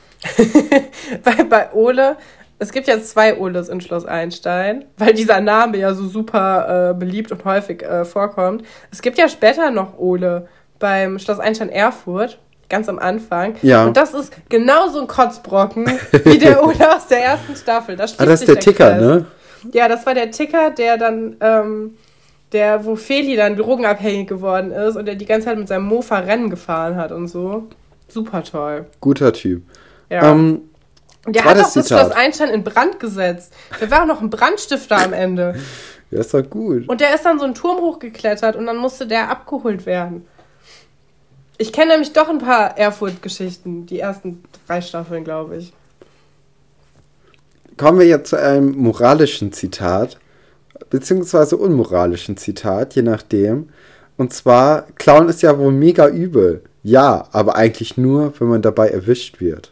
Bei Ole, es gibt ja 2 Oles in Schloss Einstein, weil dieser Name ja so super beliebt und häufig vorkommt. Es gibt ja später noch Ole beim Schloss Einstein Erfurt, ganz am Anfang.
Ja.
Und das ist genau so ein Kotzbrocken wie der Ole aus der ersten Staffel. Da schließt
Das ist
sich
der Ticker,
Kreis.
ne?
Ja, das war der Ticker, der dann, wo Feli dann drogenabhängig geworden ist und der die ganze Zeit mit seinem Mofa Rennen gefahren hat und so. Super toll.
Guter Typ.
Ja. Der hat
zweites
auch das
Zitat.
Schloss Einstein in Brand gesetzt. Der war auch noch ein Brandstifter am Ende.
Ja, ist doch gut.
Und der ist dann so einen Turm hochgeklettert und dann musste der abgeholt werden. Ich kenne nämlich doch ein paar Erfurt-Geschichten, die ersten 3 Staffeln, glaube ich.
Kommen wir jetzt zu einem moralischen Zitat, beziehungsweise unmoralischen Zitat, je nachdem. Und zwar: Klauen ist ja wohl mega übel. Ja, aber eigentlich nur, wenn man dabei erwischt wird.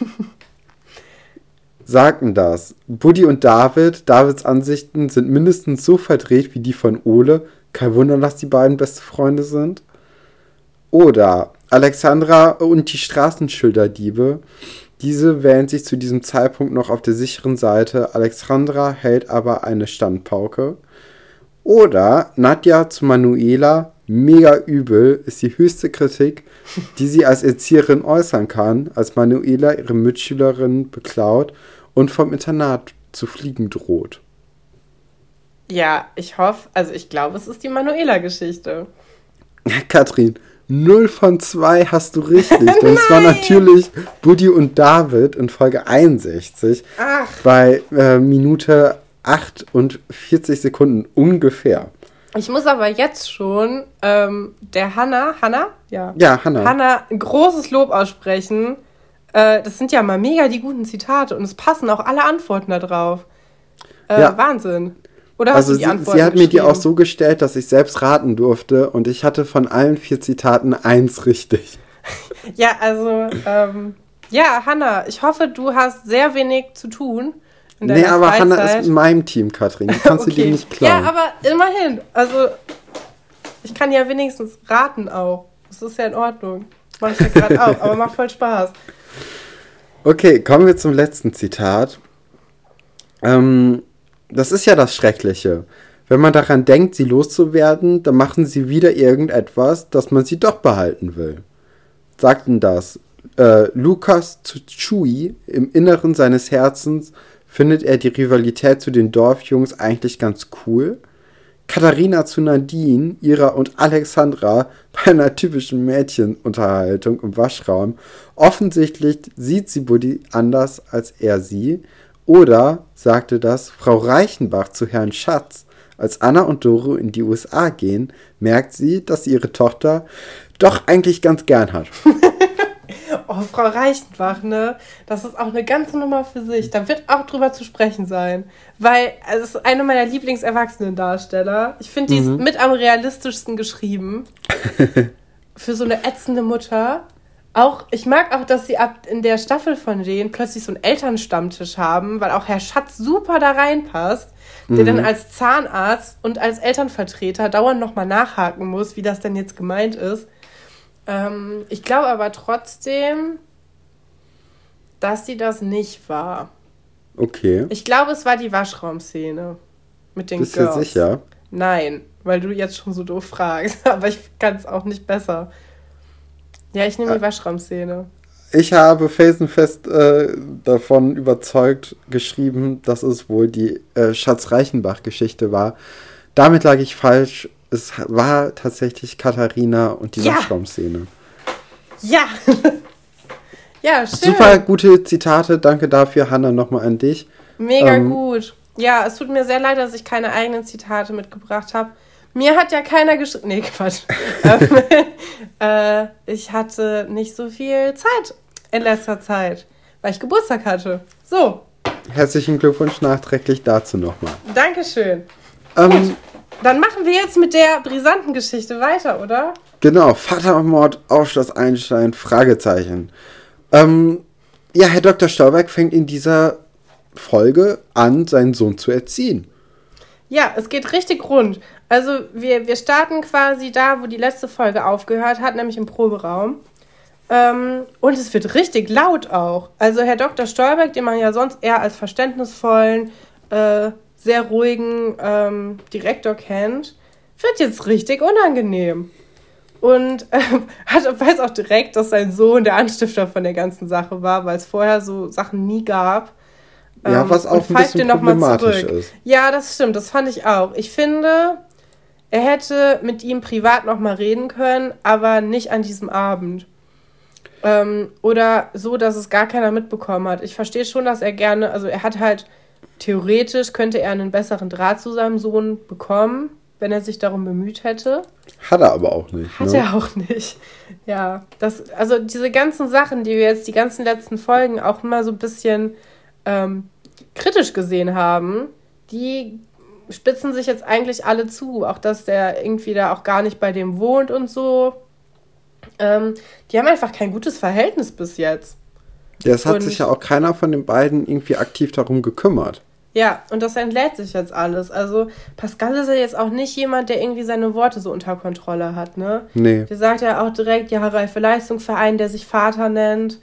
Sagten das Buddy und David. Davids Ansichten sind mindestens so verdreht wie die von Ole. Kein Wunder, dass die beiden beste Freunde sind. Oder Alexandra und die Straßenschilderdiebe. Diese wählen sich zu diesem Zeitpunkt noch auf der sicheren Seite. Alexandra hält aber eine Standpauke. Oder Nadja zu Manuela: Mega übel ist die höchste Kritik, die sie als Erzieherin äußern kann, als Manuela ihre Mitschülerin beklaut und vom Internat zu fliegen droht.
Ja, ich glaube, es ist die Manuela-Geschichte.
Katrin, 0 von 2 hast du richtig. Denn es war natürlich Buddy und David in Folge 61 bei Minute 48 Sekunden ungefähr.
Ich muss aber jetzt schon der Hannah? Ja,
Hannah.
Hannah ein großes Lob aussprechen. Das sind ja mal mega die guten Zitate und es passen auch alle Antworten da drauf. Wahnsinn. Oder hast du die Antworten
sie hat mir die auch so gestellt, dass ich selbst raten durfte und ich hatte von allen 4 Zitaten 1 richtig.
Ja, also, Hannah, ich hoffe, du hast sehr wenig zu tun in deiner Freizeit.
Aber Hannah ist in meinem Team, Katrin. Die kannst du dir nicht klauen.
Ja, aber immerhin. Also, ich kann ja wenigstens raten auch. Das ist ja in Ordnung. Mach ich ja gerade auch, aber macht voll Spaß.
Okay, kommen wir zum letzten Zitat. Das ist ja das Schreckliche. Wenn man daran denkt, sie loszuwerden, dann machen sie wieder irgendetwas, dass man sie doch behalten will. Sagten das. Lukas zu Chewie, im Inneren seines Herzens findet er die Rivalität zu den Dorfjungs eigentlich ganz cool. Katharina zu Nadine, Ira und Alexandra bei einer typischen Mädchenunterhaltung im Waschraum. Offensichtlich sieht sie Buddy anders als er sie. Oder sagte das Frau Reichenbach zu Herrn Schatz. Als Anna und Doro in die USA gehen, merkt sie, dass sie ihre Tochter doch eigentlich ganz gern hat.
Oh, Frau Reichenbach, ne? Das ist auch eine ganze Nummer für sich. Da wird auch drüber zu sprechen sein. Weil es ist eine meiner Lieblings-Erwachsenen-Darsteller. Ich finde, die ist mit am realistischsten geschrieben. Für so eine ätzende Mutter. Ich mag auch, dass sie in der Staffel von denen plötzlich so einen Elternstammtisch haben, weil auch Herr Schatz super da reinpasst, der dann als Zahnarzt und als Elternvertreter dauernd nochmal nachhaken muss, wie das denn jetzt gemeint ist. Ich glaube aber trotzdem, dass sie das nicht war.
Okay.
Ich glaube, es war die Waschraumszene mit den
Bist
Girls.
du sicher?
Nein, weil du jetzt schon so doof fragst. Aber ich kann es auch nicht besser. Ja, ich nehme die Waschraumszene. Ich
habe felsenfest davon überzeugt geschrieben, dass es wohl die Schatz-Reichenbach-Geschichte war. Damit lag ich falsch. Es war tatsächlich Katharina und die Waschraumszene.
Ja. Ja, schön.
Super gute Zitate. Danke dafür, Hannah, nochmal an dich.
Mega gut. Ja, es tut mir sehr leid, dass ich keine eigenen Zitate mitgebracht habe. Mir hat ja keiner geschrieben. Nee, Quatsch. Ich hatte nicht so viel Zeit in letzter Zeit, weil ich Geburtstag hatte. So.
Herzlichen Glückwunsch nachträglich dazu nochmal.
Dankeschön. Gut, dann machen wir jetzt mit der brisanten Geschichte weiter, oder?
Genau, Vatermord auf Schloss Einstein, Fragezeichen. Herr Dr. Stolberg fängt in dieser Folge an, seinen Sohn zu erziehen.
Ja, es geht richtig rund. Also wir starten quasi da, wo die letzte Folge aufgehört hat, nämlich im Proberaum. Und es wird richtig laut auch. Also Herr Dr. Stolberg, den man ja sonst eher als verständnisvollen, sehr ruhigen Direktor kennt, wird jetzt richtig unangenehm. Und weiß auch direkt, dass sein Sohn der Anstifter von der ganzen Sache war, weil es vorher so Sachen nie gab.
Ja, was auch ein bisschen problematisch ist.
Ja, das stimmt, das fand ich auch. Ich finde, er hätte mit ihm privat nochmal reden können, aber nicht an diesem Abend. Oder so, dass es gar keiner mitbekommen hat. Ich verstehe schon, dass er gerne, also er hat halt, theoretisch könnte er einen besseren Draht zu seinem Sohn bekommen, wenn er sich darum bemüht hätte.
Hat er aber auch nicht.
Hat er auch nicht. Ja, also diese ganzen Sachen, die wir jetzt die ganzen letzten Folgen auch immer so ein bisschen kritisch gesehen haben, die spitzen sich jetzt eigentlich alle zu. Auch, dass der irgendwie da auch gar nicht bei dem wohnt und so. Die haben einfach kein gutes Verhältnis bis jetzt.
Ja, es hat sich ja auch keiner von den beiden irgendwie aktiv darum gekümmert.
Ja, und das entlädt sich jetzt alles. Also Pascal ist ja jetzt auch nicht jemand, der irgendwie seine Worte so unter Kontrolle hat, ne?
Nee.
Der sagt ja auch direkt, ja, Reife Leistungsverein, der sich Vater nennt.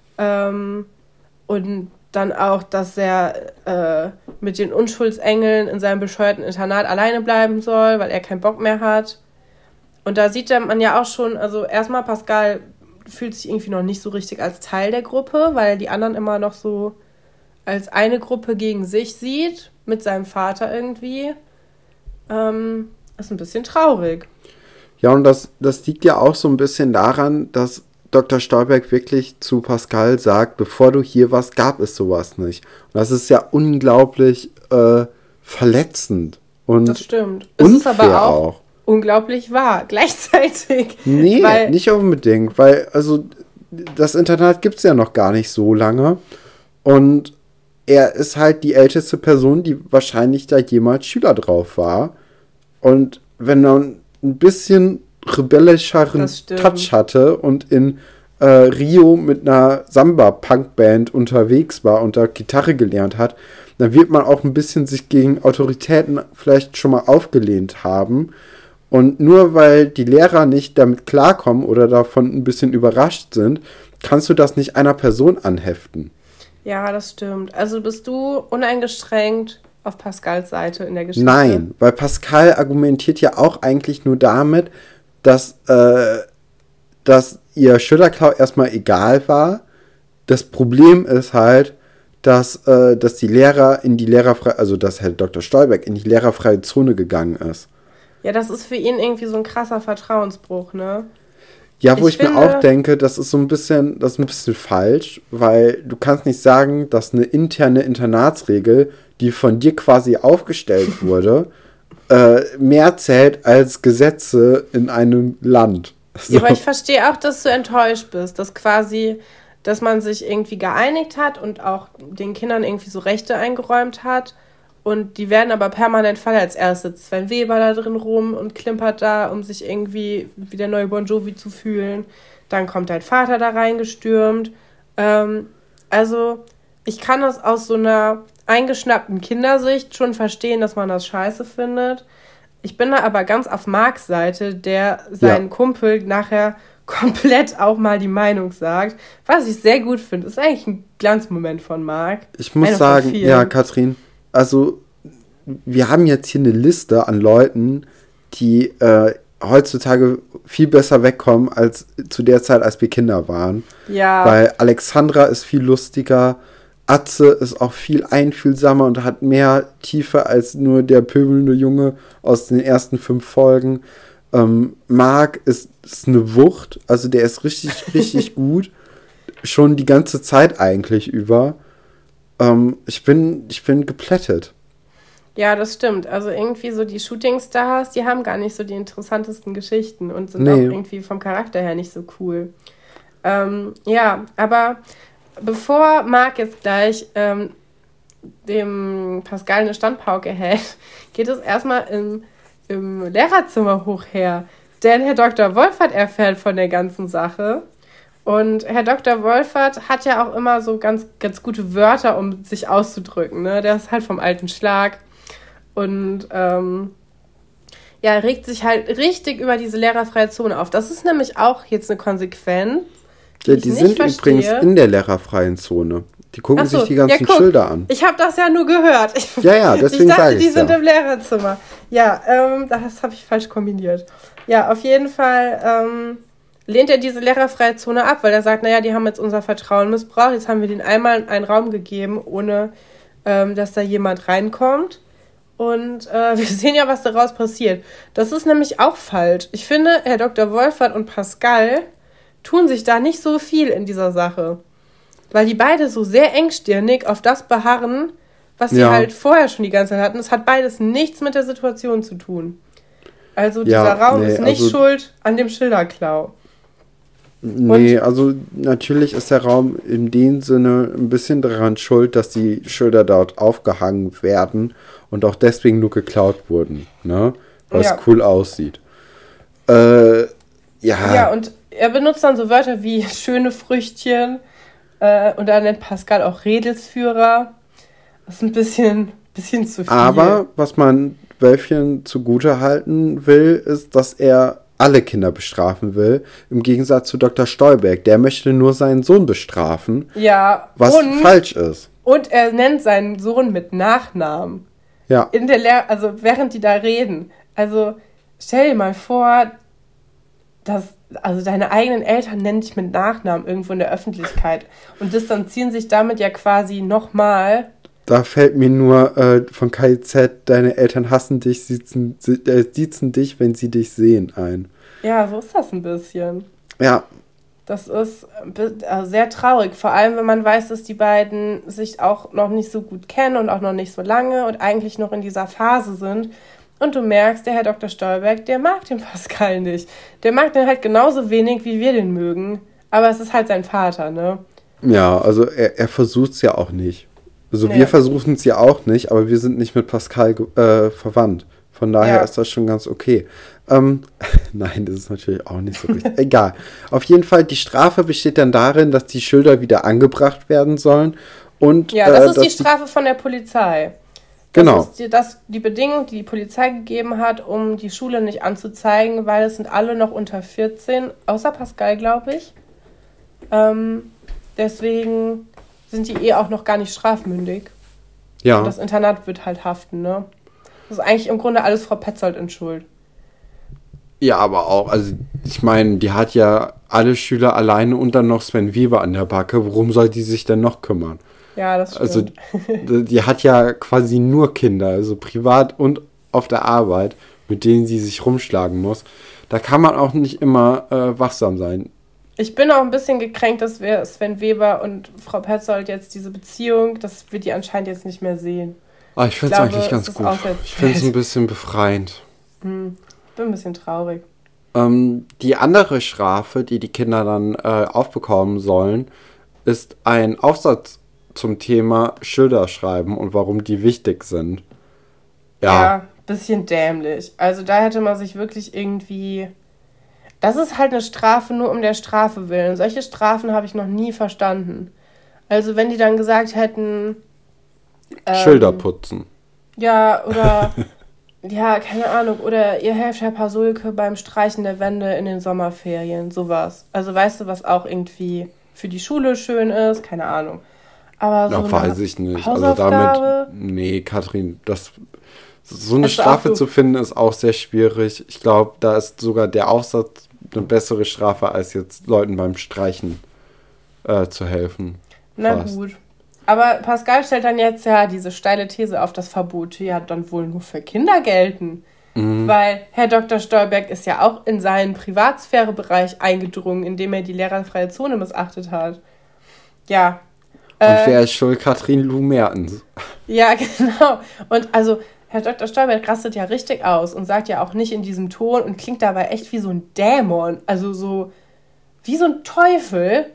Und dann auch, dass er mit den Unschuldsengeln in seinem bescheuerten Internat alleine bleiben soll, weil er keinen Bock mehr hat. Und da sieht man ja auch schon, also erstmal Pascal fühlt sich irgendwie noch nicht so richtig als Teil der Gruppe, weil er die anderen immer noch so als eine Gruppe gegen sich sieht, mit seinem Vater irgendwie. Ist ein bisschen traurig.
Ja, und das liegt ja auch so ein bisschen daran, dass Dr. Stolberg wirklich zu Pascal sagt, bevor du hier warst, gab es sowas nicht. Und das ist ja unglaublich verletzend und
das stimmt. Es ist aber auch unglaublich wahr, gleichzeitig.
Nee, nicht unbedingt, weil also das Internat gibt es ja noch gar nicht so lange und er ist halt die älteste Person, die wahrscheinlich da jemals Schüler drauf war. Und wenn er ein bisschen rebellischeren Touch hatte und in Rio mit einer Samba-Punk-Band unterwegs war und da Gitarre gelernt hat, dann wird man auch ein bisschen sich gegen Autoritäten vielleicht schon mal aufgelehnt haben. Und nur weil die Lehrer nicht damit klarkommen oder davon ein bisschen überrascht sind, kannst du das nicht einer Person anheften.
Ja, das stimmt. Also bist du uneingeschränkt auf Pascals Seite in der Geschichte?
Nein, weil Pascal argumentiert ja auch eigentlich nur damit, dass ihr Schillerklau erstmal egal war. Das Problem ist halt, dass die Lehrer in die lehrerfreie, also dass Herr Dr. Stolberg in die lehrerfreie Zone gegangen ist.
Ja, das ist für ihn irgendwie so ein krasser Vertrauensbruch, ne?
Ja, wo ich mir auch denke, das ist ein bisschen falsch, weil du kannst nicht sagen, dass eine interne Internatsregel, die von dir quasi aufgestellt wurde, mehr zählt als Gesetze in einem Land.
So. Ja, aber ich verstehe auch, dass du enttäuscht bist, dass man sich irgendwie geeinigt hat und auch den Kindern irgendwie so Rechte eingeräumt hat. Und die werden aber permanent verletzt. Erst sitzt Sven Weber da drin rum und klimpert da, um sich irgendwie wie der neue Bon Jovi zu fühlen. Dann kommt dein Vater da reingestürmt. Also ich kann das aus so einer eingeschnappten Kindersicht schon verstehen, dass man das scheiße findet. Ich bin da aber ganz auf Marks Seite, der seinen Kumpel nachher komplett auch mal die Meinung sagt. Was ich sehr gut finde. Ist eigentlich ein Glanzmoment von Mark.
Ich muss sagen, ja, Katrin, also wir haben jetzt hier eine Liste an Leuten, die heutzutage viel besser wegkommen als zu der Zeit, als wir Kinder waren.
Ja.
Weil Alexandra ist viel lustiger, Atze ist auch viel einfühlsamer und hat mehr Tiefe als nur der pöbelnde Junge aus den ersten 5 Folgen. Mark ist eine Wucht, also der ist richtig, richtig gut. Schon die ganze Zeit eigentlich über. Ich bin geplättet.
Ja, das stimmt. Also irgendwie so die Shootingstars, die haben gar nicht so die interessantesten Geschichten und sind auch irgendwie vom Charakter her nicht so cool. Ja, aber bevor Mark jetzt gleich dem Pascal eine Standpauke hält, geht es erstmal im Lehrerzimmer hoch her. Denn Herr Dr. Wolfert erfährt von der ganzen Sache. Und Herr Dr. Wolfert hat ja auch immer so ganz, ganz gute Wörter, um sich auszudrücken. Ne? Der ist halt vom alten Schlag. Und regt sich halt richtig über diese lehrerfreie Zone auf. Das ist nämlich auch jetzt eine Konsequenz.
Ja, die sind übrigens in der lehrerfreien Zone. Die gucken sich die ganzen Schilder an.
Ich habe das ja nur gehört.
Deswegen sage ich
die sind im Lehrerzimmer. Ja, das habe ich falsch kombiniert. Ja, auf jeden Fall lehnt er diese lehrerfreie Zone ab, weil er sagt, naja, die haben jetzt unser Vertrauen missbraucht. Jetzt haben wir denen einmal einen Raum gegeben, ohne dass da jemand reinkommt. Und wir sehen ja, was daraus passiert. Das ist nämlich auch falsch. Ich finde, Herr Dr. Wolfert und Pascal tun sich da nicht so viel in dieser Sache. Weil die beide so sehr engstirnig auf das beharren, was sie halt vorher schon die ganze Zeit hatten. Es hat beides nichts mit der Situation zu tun. Also dieser Raum ist nicht schuld an dem Schilderklau.
Nee, also natürlich ist der Raum in dem Sinne ein bisschen daran schuld, dass die Schilder dort aufgehangen werden und auch deswegen nur geklaut wurden, ne? Weil es cool aussieht.
Ja, und er benutzt dann so Wörter wie schöne Früchtchen und dann nennt Pascal auch Redelsführer. Das ist ein bisschen zu viel.
Aber was man Wölfchen zugute halten will, ist, dass er alle Kinder bestrafen will, im Gegensatz zu Dr. Stolberg. Der möchte nur seinen Sohn bestrafen, was falsch ist.
Und er nennt seinen Sohn mit Nachnamen.
Ja.
Also während die da reden. Also stell dir mal vor, also deine eigenen Eltern nennen dich mit Nachnamen irgendwo in der Öffentlichkeit und distanzieren sich damit ja quasi nochmal
Da fällt mir nur von KIZ, deine Eltern hassen dich, siezen dich, wenn sie dich sehen, ein.
Ja, so ist das ein bisschen.
Ja.
Das ist sehr traurig, vor allem wenn man weiß, dass die beiden sich auch noch nicht so gut kennen und auch noch nicht so lange und eigentlich noch in dieser Phase sind. Und du merkst, der Herr Dr. Stolberg, der mag den Pascal nicht. Der mag den halt genauso wenig, wie wir den mögen. Aber es ist halt sein Vater, ne?
Ja, also er versucht es ja auch nicht. Also
Nee.
wir versuchen es ja auch nicht, aber wir sind nicht mit Pascal verwandt. Von daher ist das schon ganz okay. Nein, das ist natürlich auch nicht so richtig. Egal. Auf jeden Fall, die Strafe besteht dann darin, dass die Schilder wieder angebracht werden sollen. Und,
ja, das ist die Strafe von der Polizei.
Genau.
Das ist die Bedingung, die die Polizei gegeben hat, um die Schule nicht anzuzeigen, weil es sind alle noch unter 14, außer Pascal, glaube ich. Deswegen sind die auch noch gar nicht strafmündig.
Ja.
Und das Internat wird halt haften, ne? Das ist eigentlich im Grunde alles Frau Petzold in Schuld.
Ja, aber auch, also ich meine, die hat ja alle Schüler alleine und dann noch Sven Weber an der Backe. Worum soll die sich denn noch kümmern?
Ja, das stimmt.
Also die hat ja quasi nur Kinder, also privat und auf der Arbeit, mit denen sie sich rumschlagen muss. Da kann man auch nicht immer wachsam sein.
Ich bin auch ein bisschen gekränkt, dass wir Sven Weber und Frau Petzold jetzt diese Beziehung, dass wir die anscheinend jetzt nicht mehr sehen.
Ich finde es eigentlich ganz gut. Ich finde es ein bisschen befreiend.
Bin ein bisschen traurig.
Die andere Strafe, die die Kinder dann aufbekommen sollen, ist ein Aufsatz zum Thema Schilder schreiben und warum die wichtig sind.
Ja, bisschen dämlich. Also da hätte man sich wirklich irgendwie... Das ist halt eine Strafe nur um der Strafe willen. Solche Strafen habe ich noch nie verstanden. Also wenn die dann gesagt hätten...
Schilder putzen.
Ja, oder... ja, keine Ahnung. Oder ihr helft Herr Pasulke beim Streichen der Wände in den Sommerferien. Sowas. Also weißt du, was auch irgendwie für die Schule schön ist? Keine Ahnung. Aber so
weiß ich nicht. Also
Hausaufgabe?
Nee, Katrin, so eine Strafe zu finden ist auch sehr schwierig. Ich glaube, da ist sogar der Aufsatz eine bessere Strafe, als jetzt Leuten beim Streichen zu helfen.
Na gut. Aber Pascal stellt dann jetzt ja diese steile These auf, dass Verbote ja dann wohl nur für Kinder gelten. Weil Herr Dr. Stolberg ist ja auch in seinen Privatsphärebereich eingedrungen, indem er die lehrerfreie Zone missachtet hat. Ja.
Und wer ist schuld? Katrin Lou Mertens.
Ja, genau. Und also Herr Dr. Stolberg rastet ja richtig aus und sagt ja auch nicht in diesem Ton und klingt dabei echt wie so ein Dämon. Also so wie so ein Teufel.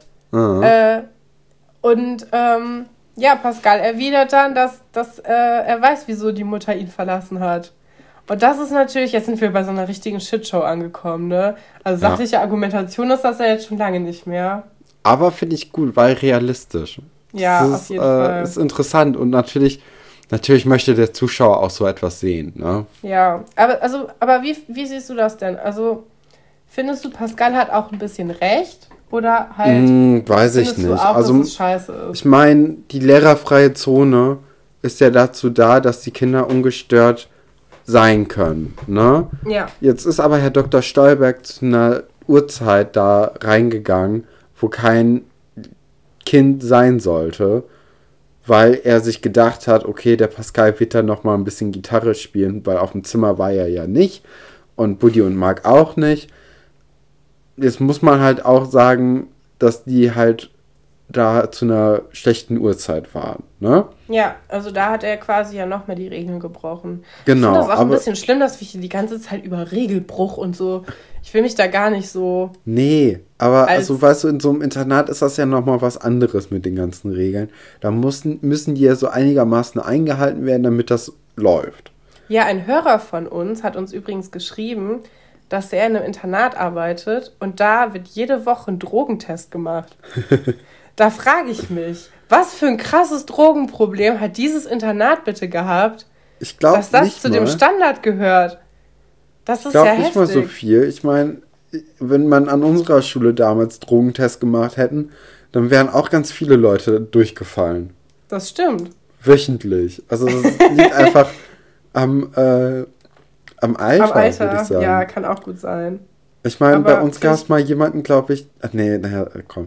Ja, Pascal erwidert dann, dass er weiß, wieso die Mutter ihn verlassen hat. Und das ist natürlich, jetzt sind wir bei so einer richtigen Shitshow angekommen, ne? Also sachliche Argumentation ist das ja jetzt schon lange nicht mehr.
Aber finde ich gut, weil realistisch.
Ja, auf jeden Fall.
Ist interessant und natürlich möchte der Zuschauer auch so etwas sehen, ne?
Ja, aber wie siehst du das denn? Also, findest du, Pascal hat auch ein bisschen recht? Oder halt,
weiß ich nicht.
Auch,
also,
dass es scheiße ist?
Ich meine, die lehrerfreie Zone ist ja dazu da, dass die Kinder ungestört sein können, ne?
Ja.
Jetzt ist aber Herr Dr. Stolberg zu einer Uhrzeit da reingegangen, wo kein Kind sein sollte, weil er sich gedacht hat, okay, der Pascal wird dann noch mal ein bisschen Gitarre spielen, weil auf dem Zimmer war er ja nicht und Buddy und Marc auch nicht. Jetzt muss man halt auch sagen, dass die halt da zu einer schlechten Uhrzeit waren, ne?
Ja, also da hat er quasi ja noch mehr die Regeln gebrochen.
Genau.
Ich finde das auch ein bisschen schlimm, dass wir die ganze Zeit über Regelbruch und so, ich will mich da gar nicht so...
Nee, aber also weißt du, in so einem Internat ist das ja nochmal was anderes mit den ganzen Regeln. Da müssen die ja so einigermaßen eingehalten werden, damit das läuft.
Ja, ein Hörer von uns hat uns übrigens geschrieben, dass er in einem Internat arbeitet und da wird jede Woche ein Drogentest gemacht. Da frage ich mich, was für ein krasses Drogenproblem hat dieses Internat bitte gehabt,
ich glaub,
dass das zu dem Standard gehört? Das ist ja heftig.
Ich glaube nicht mal so viel. Ich meine, wenn man an unserer Schule damals Drogentests gemacht hätten, dann wären auch ganz viele Leute durchgefallen.
Das stimmt.
Wöchentlich. Also das liegt einfach am Alter, würde ich sagen.
Ja, kann auch gut sein.
Ich meine, bei uns gab es mal jemanden, glaube ich... Ach nee, naja, komm.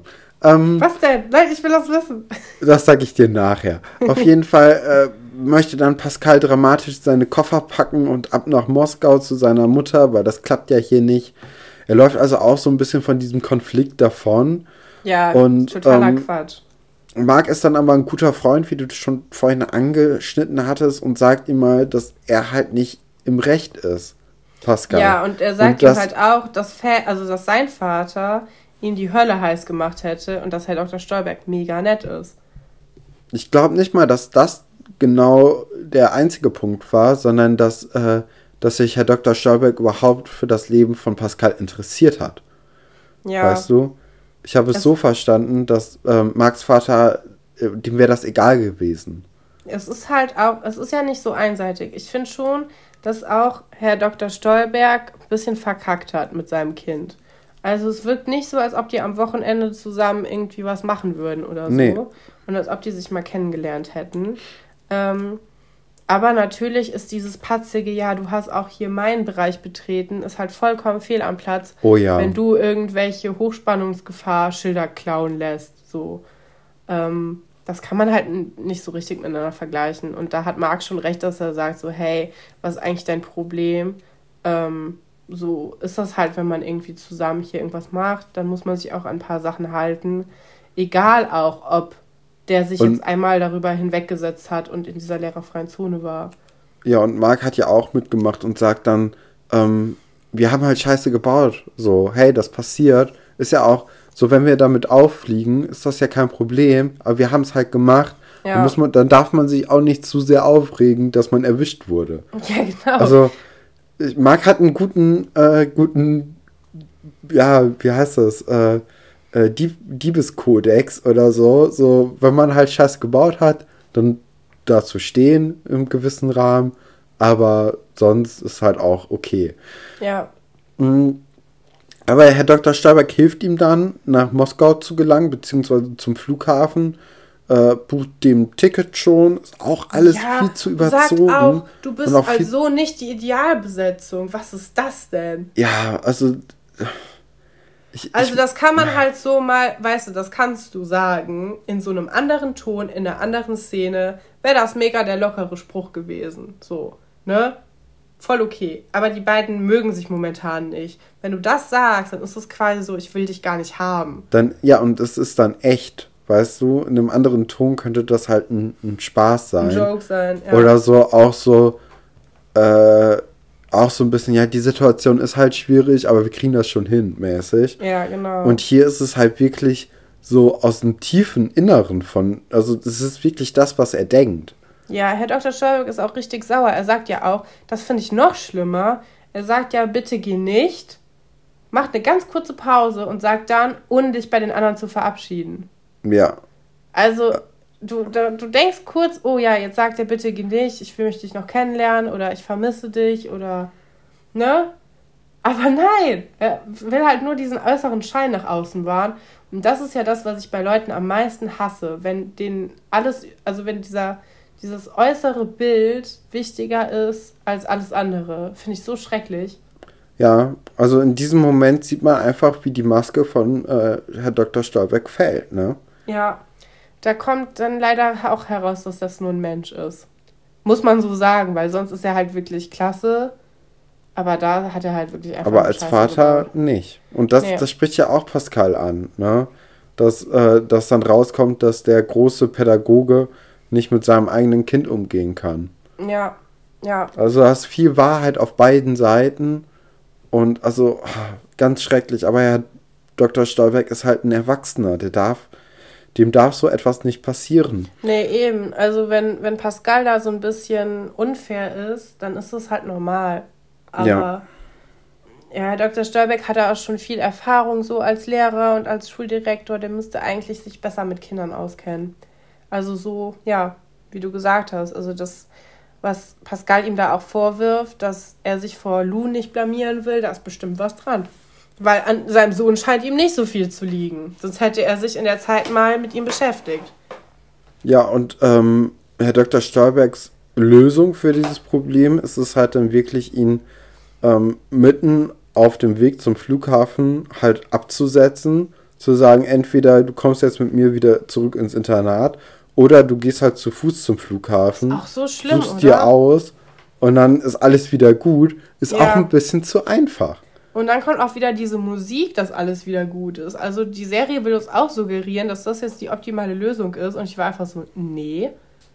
Was denn? Nein, ich will das wissen.
Das sage ich dir nachher. Auf jeden Fall möchte dann Pascal dramatisch seine Koffer packen und ab nach Moskau zu seiner Mutter, weil das klappt ja hier nicht. Er läuft also auch so ein bisschen von diesem Konflikt davon.
Ja, und, totaler Quatsch.
Mark ist dann aber ein guter Freund, wie du schon vorhin angeschnitten hattest, und sagt ihm mal, dass er halt nicht im Recht ist, Pascal.
Ja, und er sagt ihm halt auch, dass sein Vater ihm die Hölle heiß gemacht hätte und dass Herr Dr. Stolberg mega nett ist.
Ich glaube nicht mal, dass das genau der einzige Punkt war, sondern dass sich Herr Dr. Stolberg überhaupt für das Leben von Pascal interessiert hat. Ja. Weißt du? Ich habe es so verstanden, dass Marks Vater, dem wäre das egal gewesen.
Es ist ja nicht so einseitig. Ich finde schon, dass auch Herr Dr. Stolberg ein bisschen verkackt hat mit seinem Kind. Also es wirkt nicht so, als ob die am Wochenende zusammen irgendwie was machen würden oder so. Nee. Und als ob die sich mal kennengelernt hätten. Aber natürlich ist dieses patzige, ja, du hast auch hier meinen Bereich betreten, ist halt vollkommen fehl am Platz, wenn du irgendwelche Hochspannungsgefahr-Schilder klauen lässt. So. Das kann man halt nicht so richtig miteinander vergleichen. Und da hat Marc schon recht, dass er sagt so, hey, was ist eigentlich dein Problem? So ist das halt, wenn man irgendwie zusammen hier irgendwas macht, dann muss man sich auch an ein paar Sachen halten. Egal auch, ob der sich jetzt einmal darüber hinweggesetzt hat und in dieser lehrerfreien Zone war.
Ja, und Marc hat ja auch mitgemacht und sagt dann, wir haben halt Scheiße gebaut. So, hey, das passiert. Ist ja auch so, wenn wir damit auffliegen, ist das ja kein Problem. Aber wir haben es halt gemacht. Ja. Dann darf man sich auch nicht zu sehr aufregen, dass man erwischt wurde.
Ja, genau.
Also, Marc hat einen guten, ja, wie heißt das, Diebeskodex oder so. So, wenn man halt Scheiß gebaut hat, dann dazu stehen im gewissen Rahmen, aber sonst ist halt auch okay.
Ja.
Aber Herr Dr. Stolberg hilft ihm dann, nach Moskau zu gelangen, beziehungsweise zum Flughafen, bucht dem Ticket schon, ist auch alles viel zu überzogen.
Sagt auch, du bist also nicht die Idealbesetzung. Was ist das denn?
Ja, also...
das kann man halt so mal, weißt du, das kannst du sagen, in so einem anderen Ton, in einer anderen Szene, wäre das mega der lockere Spruch gewesen. So, ne? Voll okay. Aber die beiden mögen sich momentan nicht. Wenn du das sagst, dann ist es quasi so, ich will dich gar nicht haben.
Dann, ja, und es ist dann echt, weißt du, in einem anderen Ton könnte das halt ein Spaß sein.
Ein Joke sein, ja.
Oder so, auch so ein bisschen, ja, die Situation ist halt schwierig, aber wir kriegen das schon hin, mäßig.
Ja, genau.
Und hier ist es halt wirklich so aus dem tiefen Inneren also das ist wirklich das, was er denkt.
Ja, Herr Dr. Stolberg ist auch richtig sauer. Er sagt ja auch, das finde ich noch schlimmer, er sagt ja, bitte geh nicht, macht eine ganz kurze Pause und sagt dann, ohne dich bei den anderen zu verabschieden.
Ja.
Also... Du denkst kurz, oh ja, jetzt sagt er bitte geh nicht, ich will dich noch kennenlernen oder ich vermisse dich oder, ne? Aber nein, er will halt nur diesen äußeren Schein nach außen wahren. Und das ist ja das, was ich bei Leuten am meisten hasse, wenn denen wenn dieses äußere Bild wichtiger ist als alles andere. Finde ich so schrecklich.
Ja, also in diesem Moment sieht man einfach, wie die Maske von Herr Dr. Stolberg fällt, ne?
Ja. Da kommt dann leider auch heraus, dass das nur ein Mensch ist. Muss man so sagen, weil sonst ist er halt wirklich klasse. Aber da hat er halt wirklich einfach...
Aber als Vater nicht. Und das spricht ja auch Pascal an, ne? Dass dann rauskommt, dass der große Pädagoge nicht mit seinem eigenen Kind umgehen kann.
Ja, ja.
Also da ist viel Wahrheit auf beiden Seiten. Und also ganz schrecklich. Aber Herr Dr. Stolberg ist halt ein Erwachsener. Dem darf so etwas nicht passieren.
Nee, eben. Also wenn Pascal da so ein bisschen unfair ist, dann ist das halt normal. Aber ja, Dr. Stolberg hat ja auch schon viel Erfahrung so als Lehrer und als Schuldirektor. Der müsste eigentlich sich besser mit Kindern auskennen. Also so, ja, wie du gesagt hast. Also das, was Pascal ihm da auch vorwirft, dass er sich vor Lou nicht blamieren will, da ist bestimmt was dran. Weil an seinem Sohn scheint ihm nicht so viel zu liegen. Sonst hätte er sich in der Zeit mal mit ihm beschäftigt.
Ja, und Herr Dr. Stolbergs Lösung für dieses Problem ist es halt dann wirklich, ihn mitten auf dem Weg zum Flughafen halt abzusetzen, zu sagen, entweder du kommst jetzt mit mir wieder zurück ins Internat oder du gehst halt zu Fuß zum Flughafen.
Auch so schlimm,
suchst dir aus und dann ist alles wieder gut. Ist auch ein bisschen zu einfach.
Und dann kommt auch wieder diese Musik, dass alles wieder gut ist. Also die Serie will uns auch suggerieren, dass das jetzt die optimale Lösung ist. Und ich war einfach so, nee,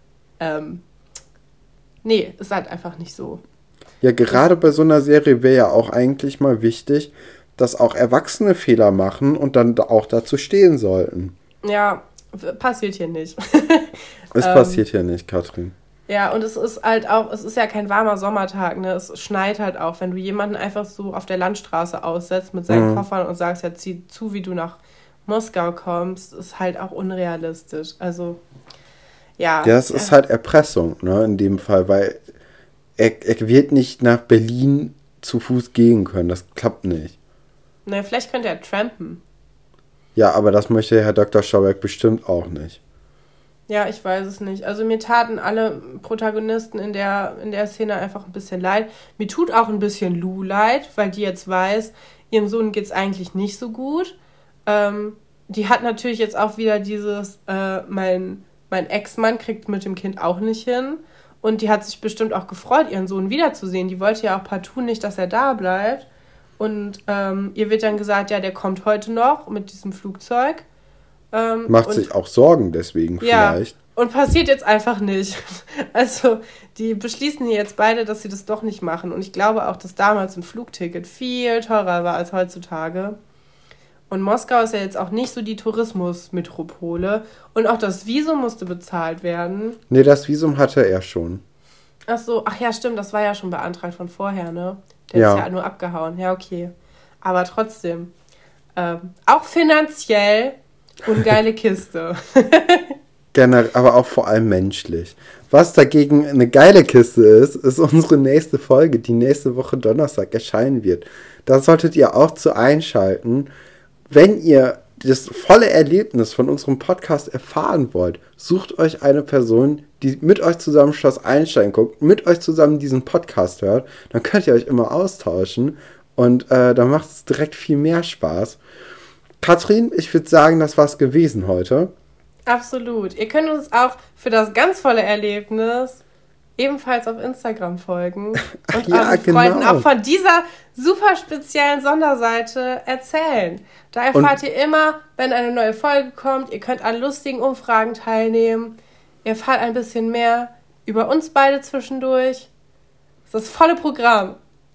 ist halt einfach nicht so.
Ja, gerade bei so einer Serie wäre ja auch eigentlich mal wichtig, dass auch Erwachsene Fehler machen und dann auch dazu stehen sollten.
Ja, passiert hier nicht.
Es passiert hier nicht, Katrin.
Ja, und es ist halt auch, es ist ja kein warmer Sommertag, ne? Es schneit halt auch. Wenn du jemanden einfach so auf der Landstraße aussetzt mit seinen Koffern und sagst, ja, zieh zu, wie du nach Moskau kommst, ist halt auch unrealistisch. Also, ja.
Ja, es ist halt Erpressung, ne, in dem Fall, weil er wird nicht nach Berlin zu Fuß gehen können. Das klappt nicht.
Na, vielleicht könnte er trampen.
Ja, aber das möchte Herr Dr. Schauberg bestimmt auch nicht.
Ja, ich weiß es nicht. Also mir taten alle Protagonisten in der Szene einfach ein bisschen leid. Mir tut auch ein bisschen Lou leid, weil die jetzt weiß, ihrem Sohn geht's eigentlich nicht so gut. Die hat natürlich jetzt auch wieder dieses, mein Ex-Mann kriegt mit dem Kind auch nicht hin. Und die hat sich bestimmt auch gefreut, ihren Sohn wiederzusehen. Die wollte ja auch partout nicht, dass er da bleibt. Und ihr wird dann gesagt, ja, der kommt heute noch mit diesem Flugzeug.
Macht sich auch Sorgen deswegen vielleicht.
Und passiert jetzt einfach nicht. Also, die beschließen hier jetzt beide, dass sie das doch nicht machen. Und ich glaube auch, dass damals ein Flugticket viel teurer war als heutzutage. Und Moskau ist ja jetzt auch nicht so die Tourismusmetropole. Und auch das Visum musste bezahlt werden.
Nee, das Visum hatte er schon.
Ach so, ach ja, stimmt, das war ja schon beantragt von vorher, ne? Der ist ja nur abgehauen. Ja, okay. Aber trotzdem. Auch finanziell ungeile Kiste.
Generell, aber auch vor allem menschlich. Was dagegen eine geile Kiste ist unsere nächste Folge, die nächste Woche Donnerstag erscheinen wird. Da solltet ihr auch zu einschalten. Wenn ihr das volle Erlebnis von unserem Podcast erfahren wollt, sucht euch eine Person, die mit euch zusammen Schloss Einstein guckt, mit euch zusammen diesen Podcast hört. Dann könnt ihr euch immer austauschen und dann macht es direkt viel mehr Spaß. Katrin, ich würde sagen, das war's gewesen heute.
Absolut. Ihr könnt uns auch für das ganz volle Erlebnis ebenfalls auf Instagram folgen und euren Freunden auch von dieser super speziellen Sonderseite erzählen. Da erfahrt ihr immer, wenn eine neue Folge kommt. Ihr könnt an lustigen Umfragen teilnehmen. Ihr erfahrt ein bisschen mehr über uns beide zwischendurch. Das ist das volle Programm.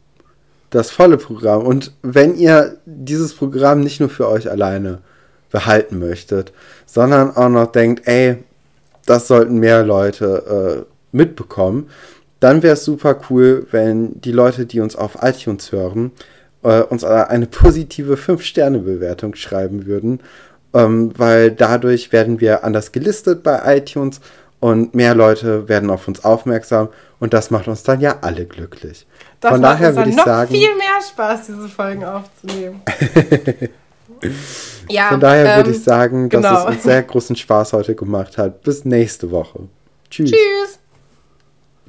Das volle Programm. Und wenn ihr dieses Programm nicht nur für euch alleine behalten möchtet, sondern auch noch denkt, ey, das sollten mehr Leute mitbekommen, dann wäre es super cool, wenn die Leute, die uns auf iTunes hören, uns eine positive 5-Sterne-Bewertung schreiben würden, weil dadurch werden wir anders gelistet bei iTunes und mehr Leute werden auf uns aufmerksam und das macht uns dann ja alle glücklich.
Das
Von
macht
daher
uns dann
würde ich
noch
sagen,
viel mehr Spaß, diese Folgen aufzunehmen. Ja,
von daher würde ich sagen, dass
genau.
es uns sehr großen Spaß heute gemacht hat. Bis nächste Woche. Tschüss.
Tschüss.